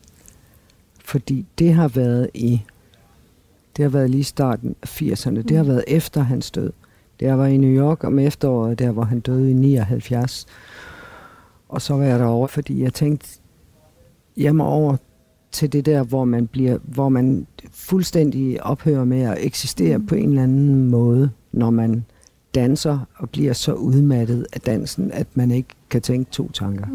fordi det har været lige i starten af 80'erne. Det har været efter hans død. Jeg var i New York om efteråret, der hvor han døde i 79. Og så var jeg derovre, fordi jeg tænkte hjemme over til det der, hvor man fuldstændig ophører med at eksistere på en eller anden måde, når man danser og bliver så udmattet af dansen, at man ikke kan tænke 2 tanker.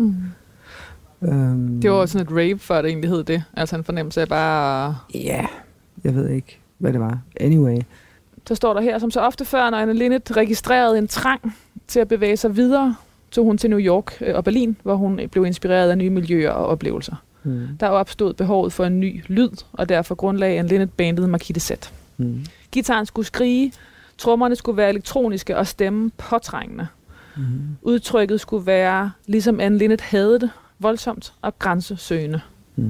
Det var sådan et rave, før det egentlig hed det. Altså en fornemmelse af bare... Ja, jeg ved ikke, hvad det var. Anyway. Så står der her, som så ofte før, når Anne Linnet registrerede en trang til at bevæge sig videre, tog hun til New York og Berlin, hvor hun blev inspireret af nye miljøer og oplevelser. Der opstod behovet for en ny lyd, og derfor grundlagde Anne Linnet bandet Marquis de Sade. Gitaren skulle skrige, trommerne skulle være elektroniske og stemmen påtrængende. Udtrykket skulle være, ligesom Anne Linnet havde det, voldsomt og grænsesøgende.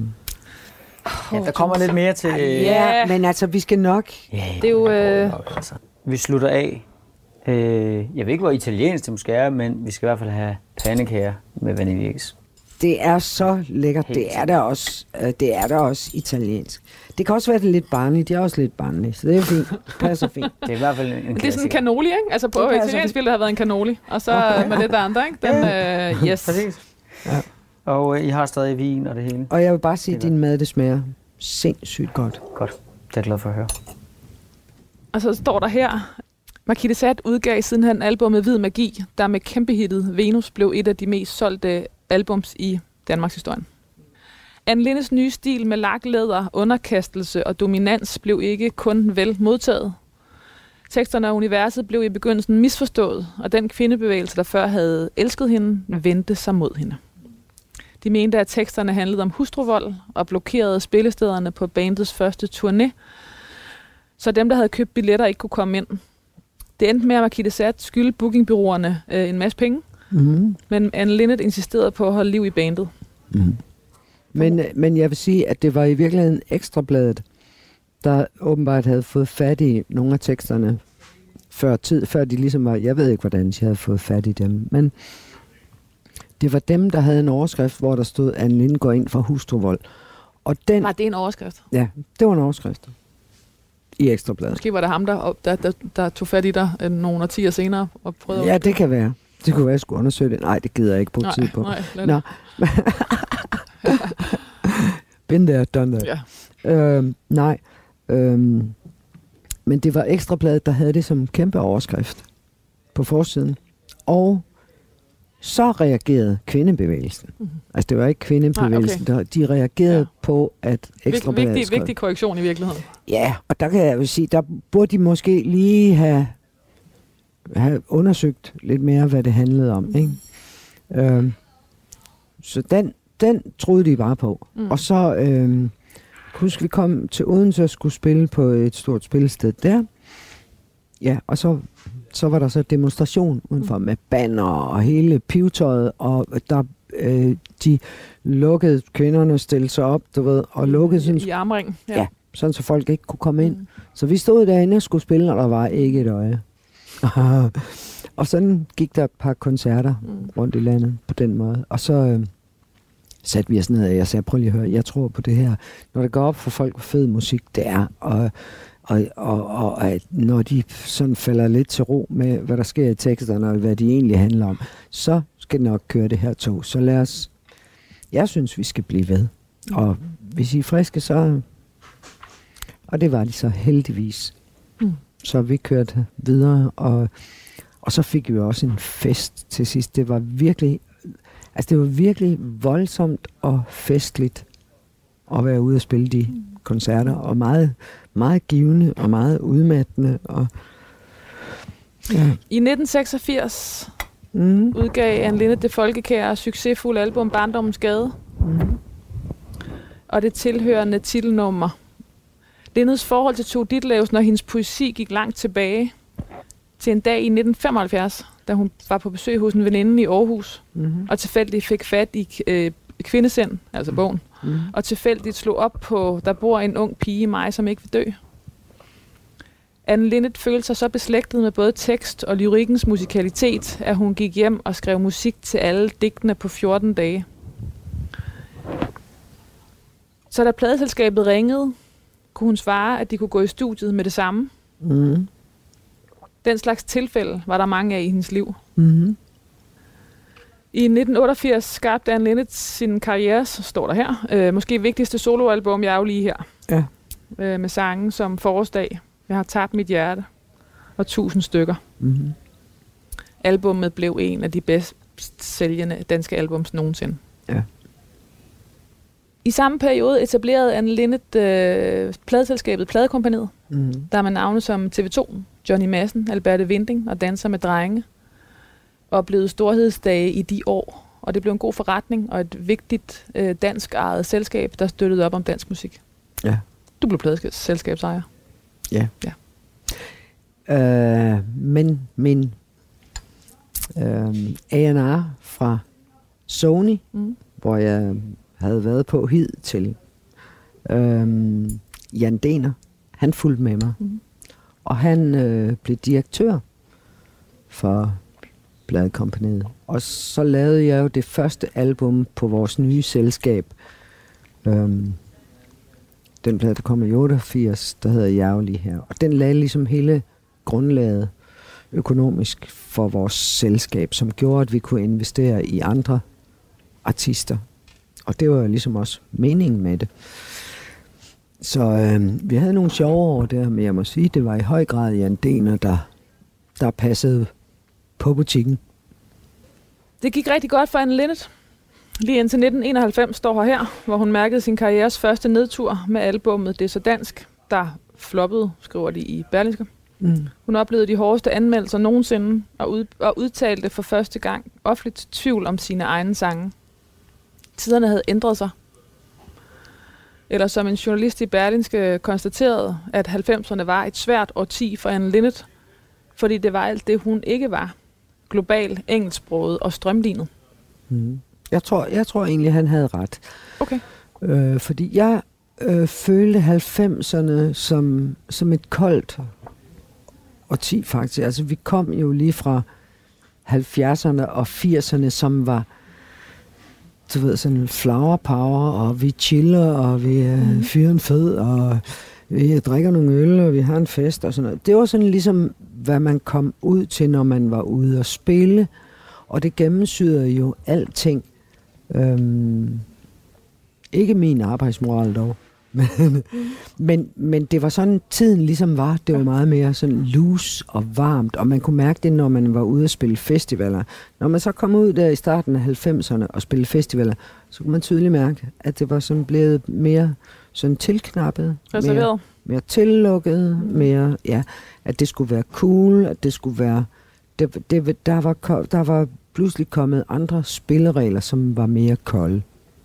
Ja, der kommer lidt mere til... Ja, men altså, vi skal nok... Ja, det er jo... Altså. Vi slutter af. Jeg ved ikke, hvor italiensk det måske er, men vi skal i hvert fald have pandekager med vaniljeis. Det er så lækkert. Det er da også italiensk. Det kan også være det lidt barnligt. Det er også lidt barnligt, så det er fint. Passer fint. Det er i hvert fald en det er sådan en cannoli, ikke? Altså på italiensk ville det have været en cannoli. Og så med lidt andre, ikke? Den, yes. Præcis. Ja. Og I har stadig vin og det hele. Og jeg vil bare sige, at din mad, det smager sindssygt godt. Godt. Det er jeg glad for at høre. Og så står der her, Marquis de Sade udgav siden han albumet Hvid Magi, der med kæmpehittet Venus blev et af de mest solgte albums i Danmarks historie. Anne Linnets nye stil med laklæder, underkastelse og dominans blev ikke kun vel modtaget. Teksterne og universet blev i begyndelsen misforstået, og den kvindebevægelse, der før havde elsket hende, vendte sig mod hende. De mente, at teksterne handlede om hustruvold og blokerede spillestederne på bandets første turné, så dem, der havde købt billetter, ikke kunne komme ind. Det endte med, at Marquis de Sade skyldte bookingbureauerne en masse penge, men Anne Linnet insisterede på at holde liv i bandet. Men jeg vil sige, at det var i virkeligheden Ekstrabladet, der åbenbart havde fået fat i nogle af teksterne før de ligesom var, jeg ved ikke, hvordan de havde fået fat i dem, men det var dem, der havde en overskrift, hvor der stod, Anne Linnet går ind for hustruvold. Og den, var det en overskrift? Ja, det var en overskrift i Ekstrabladet. Måske var det ham, der tog fat i dig nogle årtier senere og prøvede. Ja, det kan være. Det kunne være, at jeg skulle undersøge det. Nej, det gider jeg ikke bruge tid på. Nej, Been there, done that. Ja. Men det var Ekstrabladet, der havde det som kæmpe overskrift på forsiden. Og så reagerede kvindebevægelsen. Altså, det var ikke kvindebevægelsen, de reagerede på, at Ekstrabladet vigtig korrektion i virkeligheden. Ja, og der kan jeg jo sige, der burde de måske lige have undersøgt lidt mere, hvad det handlede om. Ikke? Så den troede de bare på. Og så husk, vi kom til Odense og skulle spille på et stort spillested der. Ja, og så var der så demonstration udenfor med banner og hele pivetøjet, og der de lukkede kvinderne, stillede sig op, du ved, og lukkede sådan, i armring. Ja, sådan så folk ikke kunne komme ind. Så vi stod derinde og skulle spille, og der var ikke et øje. Og sådan gik der et par koncerter rundt i landet på den måde. Og så satte vi os ned, og jeg sagde, prøv lige at høre, jeg tror på det her. Når det går op for folk, hvor fed musik det er, og at når de sådan falder lidt til ro med, hvad der sker i teksterne, og hvad de egentlig handler om, så skal det nok køre det her tog. Så lad os, jeg synes, vi skal blive ved. Og hvis I er friske, så, og det var de så heldigvis. Så vi kørte videre, og så fik vi også en fest til sidst. Det var virkelig voldsomt og festligt at være ude og spille de koncerter, og meget, meget givende og meget udmattende. Og, ja. I 1986 udgav Anne Linnet det folkekære og succesfulde album Barndommens Gade. Og det tilhørende titelnummer. Linnets forhold til Tove Ditlevsen og hendes poesi gik langt tilbage til en dag i 1975, da hun var på besøg hos en veninde i Aarhus, og tilfældigt fik fat i Kvindesind, altså bogen, og tilfældigt slog op på, der bor en ung pige i mig, som ikke vil dø. Anne Linnet følte sig så beslægtet med både tekst og lyrikkens musikalitet, at hun gik hjem og skrev musik til alle digtene på 14 dage. Så da pladeselskabet ringede, kunne hun svare, at de kunne gå i studiet med det samme. Den slags tilfælde var der mange af i hendes liv. I 1988 skabte Anne Linnet sin karriere, står der her, måske vigtigste soloalbum, jeg er jo lige her. Ja. Med sange som Forårsdag, Jeg har tabt mit hjerte og 1000 stykker. Albummet blev en af de bedst sælgende danske albums nogensinde. Ja. I samme periode etablerede Anne Linnet pladeselskabet Pladekompaniet, der med navne som TV2, Johnny Madsen, Alberte Winding og Danser med drenge, oplevede storhedsdage i de år, og det blev en god forretning og et vigtigt dansk ejet selskab, der støttede op om dansk musik. Ja. Du blev pladeselskabsejer. Ja. Men min A&R fra Sony, hvor jeg havde været på hidtil, Jan Dehner, han fulgte med mig. Og han blev direktør for Pladekompaniet. Og så lavede jeg jo det første album på vores nye selskab. Den plade, der kom i 88, der hedder Jævlig her. Og den lagde ligesom hele grundlaget økonomisk for vores selskab, som gjorde, at vi kunne investere i andre artister. Og det var ligesom også meningen med det. Så vi havde nogle sjove år der, men jeg må sige, det var i høj grad Jan Dehner, der passede på butikken. Det gik rigtig godt for Anne Linnet. Lige indtil 1991 står her, hvor hun mærkede sin karrieres første nedtur med albummet Det er så dansk, der floppede, skriver de i Berlingske. Hun oplevede de hårdeste anmeldelser nogensinde og udtalte for første gang offentligt tvivl om sine egne sange. Tiderne havde ændret sig. Eller som en journalist i Berlingske konstaterede, at 90'erne var et svært årti for Anne Linnet, Fordi det var alt det, hun ikke var. Global, engelsksproget og strømlignet. Jeg tror egentlig, han havde ret. Okay. Fordi jeg følte 90'erne som et koldt årti faktisk. Altså vi kom jo lige fra 70'erne og 80'erne, som var, du ved, sådan flower power, og vi chiller, og vi fyrer en fed, og vi drikker nogle øl, og vi har en fest og sådan noget. Det var sådan ligesom, hvad man kom ud til, når man var ude at spille, og det gennemsyder jo alting. Ikke min arbejdsmoral dog. Men det var sådan, tiden ligesom var. Det var meget mere sådan loose og varmt, og man kunne mærke det, når man var ude at spille festivaler. Når man så kom ud der i starten af 90'erne og spille festivaler, så kunne man tydeligt mærke, at det var sådan blevet mere sådan tilknappet, mere tillukket, mere, ja, at det skulle være cool, at det skulle være, der var pludselig kommet andre spilleregler, som var mere kolde.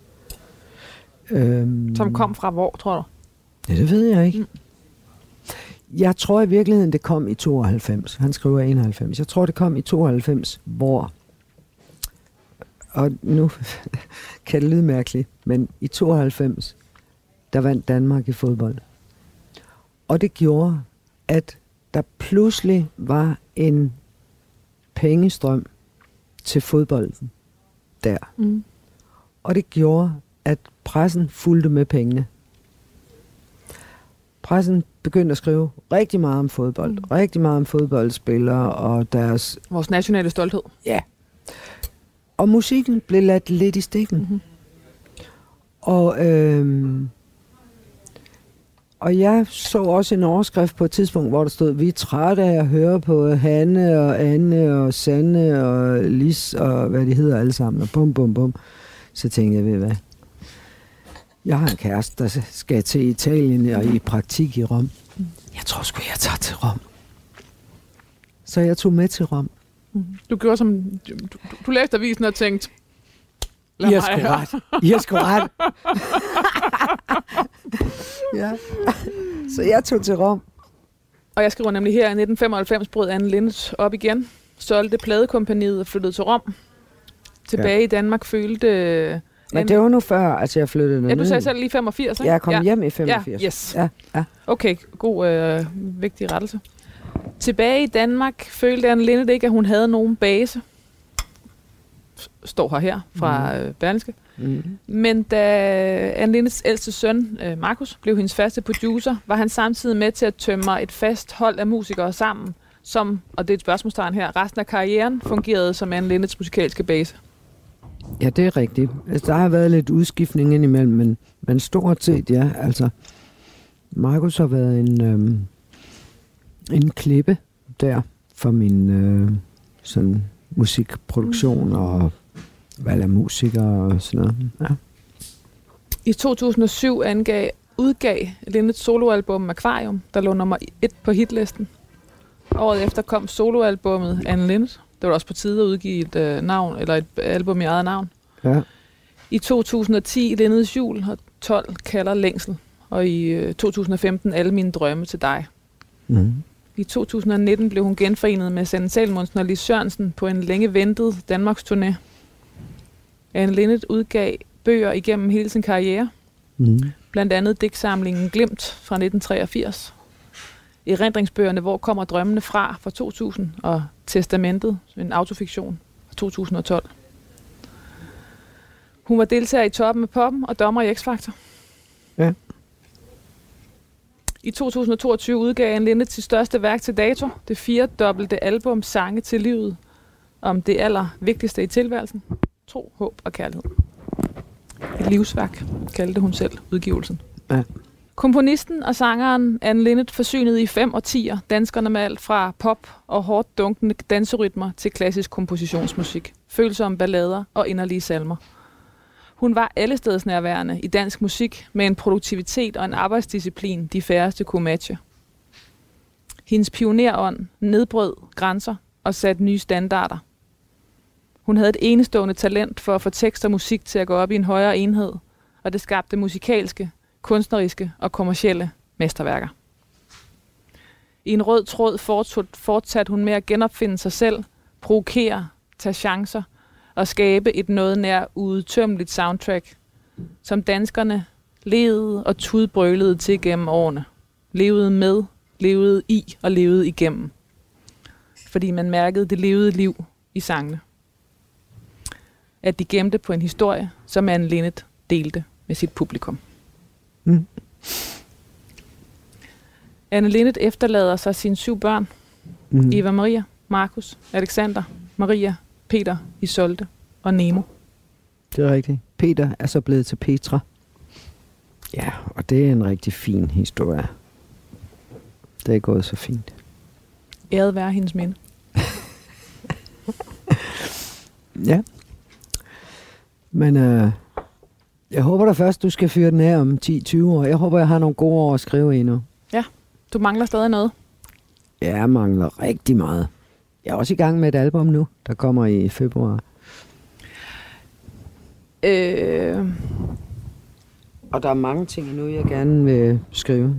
Som kom fra hvor, tror du? Ja, det ved jeg ikke. Jeg tror i virkeligheden, det kom i 92. Han skriver 91. Jeg tror, det kom i 92, hvor... Og nu kan det lyde mærkeligt, men i 92, der vandt Danmark i fodbold. Og det gjorde, at der pludselig var en pengestrøm til fodbolden der. Og det gjorde, at pressen fulgte med pengene. Pressen begyndte at skrive rigtig meget om fodbold. Rigtig meget om fodboldspillere og deres... Vores nationale stolthed. Ja. Og musikken blev ladt lidt i stikken. Og jeg så også en overskrift på et tidspunkt, hvor der stod, vi er trætte af at høre på Hanne og Anne og Sanne og Lis og hvad de hedder alle sammen. Og bum, bum, bum. Så tænkte jeg, ved hvad? Jeg har en kæreste, der skal til Italien og i praktik i Rom. Jeg tror sgu, jeg tager til Rom. Så jeg tog med til Rom. Du gjorde som... Du læste avisen og tænkte... I har sgu ret. I har sgu ret. Ja. Så jeg tog til Rom. Og jeg skriver nemlig her, i 1995 brød Anne Linnet op igen. Solgte pladekompaniet og flyttede til Rom. Tilbage i Danmark følte... Men det var nu før, altså jeg flyttede ned. Ja, du sagde selv lige 85, ikke? Jeg kom hjem i 85. Ja, yes. Ja. Okay, god, vigtig rettelse. Tilbage i Danmark følte Anne Linnet ikke, at hun havde nogen base. Står her fra Berlingske. Men da Anne Linnets ældste søn, Markus, blev hendes faste producer, var han samtidig med til at tømme et fast hold af musikere sammen, som, og det er et spørgsmålstegn her, resten af karrieren fungerede som Anne Linnets musikalske base. Ja, det er rigtigt. Altså, der har været lidt udskiftning indimellem, men stort set, ja. Altså, Markus har været en klippe der for min sådan musikproduktion og valg af musikere og sådan noget. Ja. I 2007 udgav Linnets soloalbum Aquarium, der lå nummer 1 på hitlisten. Året efter kom soloalbummet Anne Linnet. Det var også på tide at udgive et navn, eller et album i eget navn. Ja. I 2010 Linnets jul, og 12 kalder længsel. Og i 2015 Alle mine drømme til dig. I 2019 blev hun genforenet med Sanne Salomonsen og Lis Sørensen på en længe ventet Danmarks turné. Anne Linnet udgav bøger igennem hele sin karriere. Blandt andet digtsamlingen Glimt fra 1983. Erindringsbøgerne Hvor kommer drømmene fra 2000 og Testamentet, en autofiktion fra 2012. Hun var deltager i Toppen af Poppen og dommer i X-Factor. Ja. I 2022 udgav Anne Linnet sit største værk til dato, det 4-dobbelte album Sange til livet, om det allervigtigste i tilværelsen, tro, håb og kærlighed. Et livsværk, kaldte hun selv udgivelsen. Ja. Komponisten og sangeren Anne Linnet forsynede i 5 årtier danskerne med alt fra pop og hårdt dunkende danserytmer til klassisk kompositionsmusik, følsomme ballader og inderlige salmer. Hun var allestedsnærværende i dansk musik med en produktivitet og en arbejdsdisciplin, de færreste kunne matche. Hendes pionerånd nedbrød grænser og satte nye standarder. Hun havde et enestående talent for at få tekst og musik til at gå op i en højere enhed, og det skabte musikalske, kunstneriske og kommercielle mesterværker. I en rød tråd fortsatte hun med at genopfinde sig selv, provokere, tage chancer og skabe et noget nær uudtømmeligt soundtrack, som danskerne levede og tudbrølede til gennem årene. Levede med, levede i og levede igennem. Fordi man mærkede det levede liv i sangene. At de gemte på en historie, som Anne Linnet delte med sit publikum. Mm. Anne Linnet efterlader sig sine 7 børn. Eva Maria, Markus, Alexander, Maria, Peter, Isolde og Nemo. Det er rigtigt. Peter er så blevet til Petra. Ja, og det er en rigtig fin historie. Det er gået så fint. Æret være hendes minde. Ja. Men jeg håber da først, du skal fyre den af om 10-20 år. Jeg håber, jeg har nogle gode år at skrive endnu. Ja, du mangler stadig noget. Ja, jeg mangler rigtig meget. Jeg er også i gang med et album nu, der kommer i februar. Og der er mange ting endnu, jeg gerne vil skrive.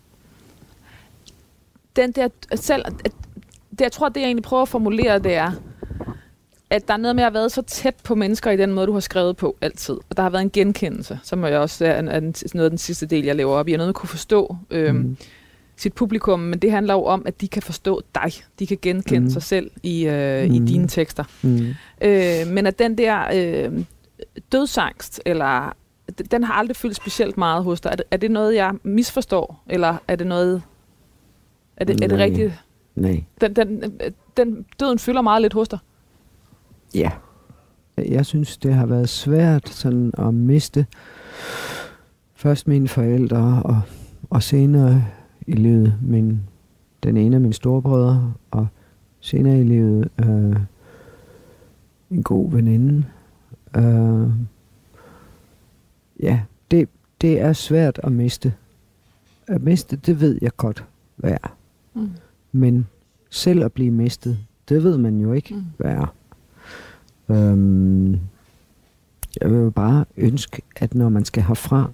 Den der selv, det, jeg tror, det jeg egentlig prøver at formulere, det er, at der er noget med at have været så tæt på mennesker i den måde, du har skrevet på altid. Og der har været en genkendelse, som jeg også er noget af den sidste del, jeg lever op i. Jeg er noget, at kunne forstå sit publikum, men det handler jo om, at de kan forstå dig. De kan genkende sig selv i dine tekster. Men at den der dødsangst, eller den har aldrig fyldt specielt meget hos dig. Er det noget, jeg misforstår, eller er det noget... Er det rigtigt? Nej. Den døden fylder meget lidt hos dig? Ja. Jeg synes, det har været svært sådan at miste først mine forældre, og senere i livet den ene af mine storebrødre, og senere i livet en god veninde. Ja, det er svært at miste. At miste, det ved jeg godt, hvad er. Men selv at blive mistet, det ved man jo ikke, hvad er. Jeg vil jo bare ønske, at når man skal herfra,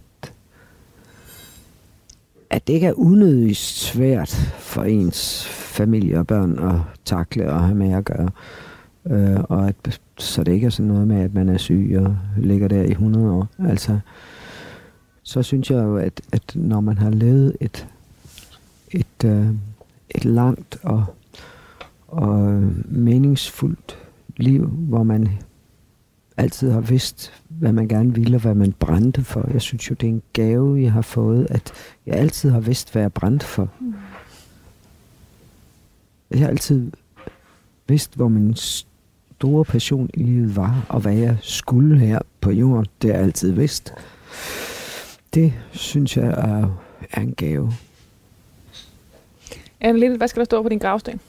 at det ikke er unødigt svært for ens familie og børn at takle og have med at gøre. Og så det ikke er sådan noget med, at man er syg og ligger der i 100 år. Altså, så synes jeg jo, at når man har levet et langt og meningsfuldt liv, hvor man altid har vidst, hvad man gerne ville og hvad man brændte for. Jeg synes jo, det er en gave, jeg har fået, at jeg altid har vidst, hvad jeg brændte for. Jeg har altid vidst, hvor min store passion i livet var, og hvad jeg skulle her på jorden. Det har jeg altid vidst. Det synes jeg er en gave. Anne Linnet, hvad skal der stå på din gravsten?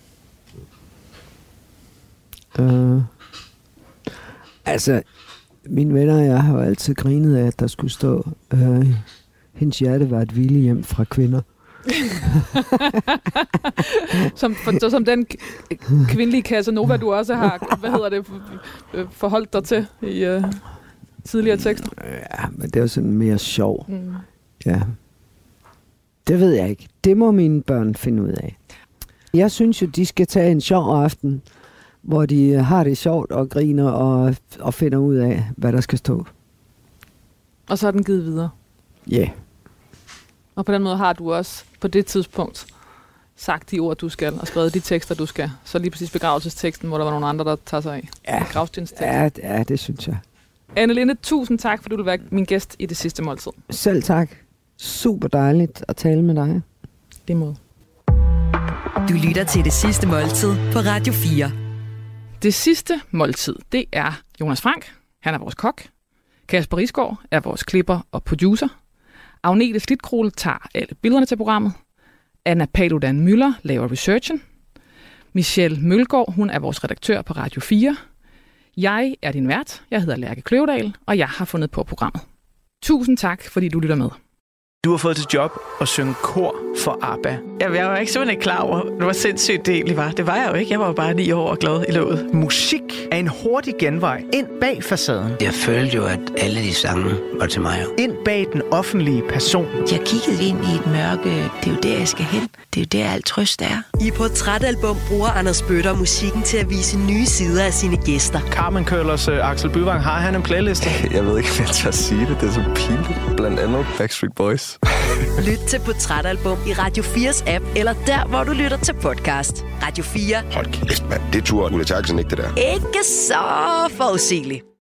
Altså, mine venner og jeg har jo altid grinet af, at der skulle stå, hendes hjerte var et hvilehjem fra kvinder. som den kvindelige Casanova, du også har, forholdt dig til i tidligere tekster. Ja, men det er jo sådan mere sjov. Ja. Det ved jeg ikke. Det må mine børn finde ud af. Jeg synes jo, de skal tage en sjov aften, hvor de har det sjovt og griner og finder ud af, hvad der skal stå. Og så er den givet videre. Ja. Yeah. Og på den måde har du også på det tidspunkt sagt de ord, du skal, og skrevet de tekster, du skal. Så lige præcis begravelsesteksten, hvor der var nogle andre, der tager sig af. Ja, ja, det synes jeg. Anne Linnet, tusind tak, for du vil være min gæst i Det Sidste Måltid. Selv tak. Super dejligt at tale med dig. Det måde. Du lytter til Det Sidste Måltid på Radio 4. Det Sidste Måltid, det er Jonas Frank. Han er vores kok. Kasper Risgaard er vores klipper og producer. Agnete Slidkrole tager alle billederne til programmet. Anna Paludan Møller laver researchen. Michelle Mølgaard, hun er vores redaktør på Radio 4. Jeg er din vært. Jeg hedder Lærke Kløvedal, og jeg har fundet på programmet. Tusind tak, fordi du lytter med. Du har fået til job at synge kor for ABBA. Jeg var ikke simpelthen klar over, hvor sindssygt det egentlig var. Det var jeg jo ikke. Jeg var jo bare 9 år og glad i låget. Musik er en hurtig genvej ind bag facaden. Jeg følte jo, at alle de sange var til mig. Ind bag den offentlige person. Jeg kiggede ind i et mørke. Det er jo der, jeg skal hen. Det er jo der, alt trøst er. I Portrætalbum bruger Anders Bøtter musikken til at vise nye sider af sine gæster. Carmen Køllers Axel Byvang, har han en playliste? Jeg ved ikke, om jeg tør sige det. Det er så pinligt. Blandt andet Backstreet Boys. Lyt til Portrætalbum i Radio 4's app, eller der, hvor du lytter til podcast. Radio 4. Hold kæft, mand. Det turde Ulla Terkelsen ikke, det der. Ikke så forudsigeligt.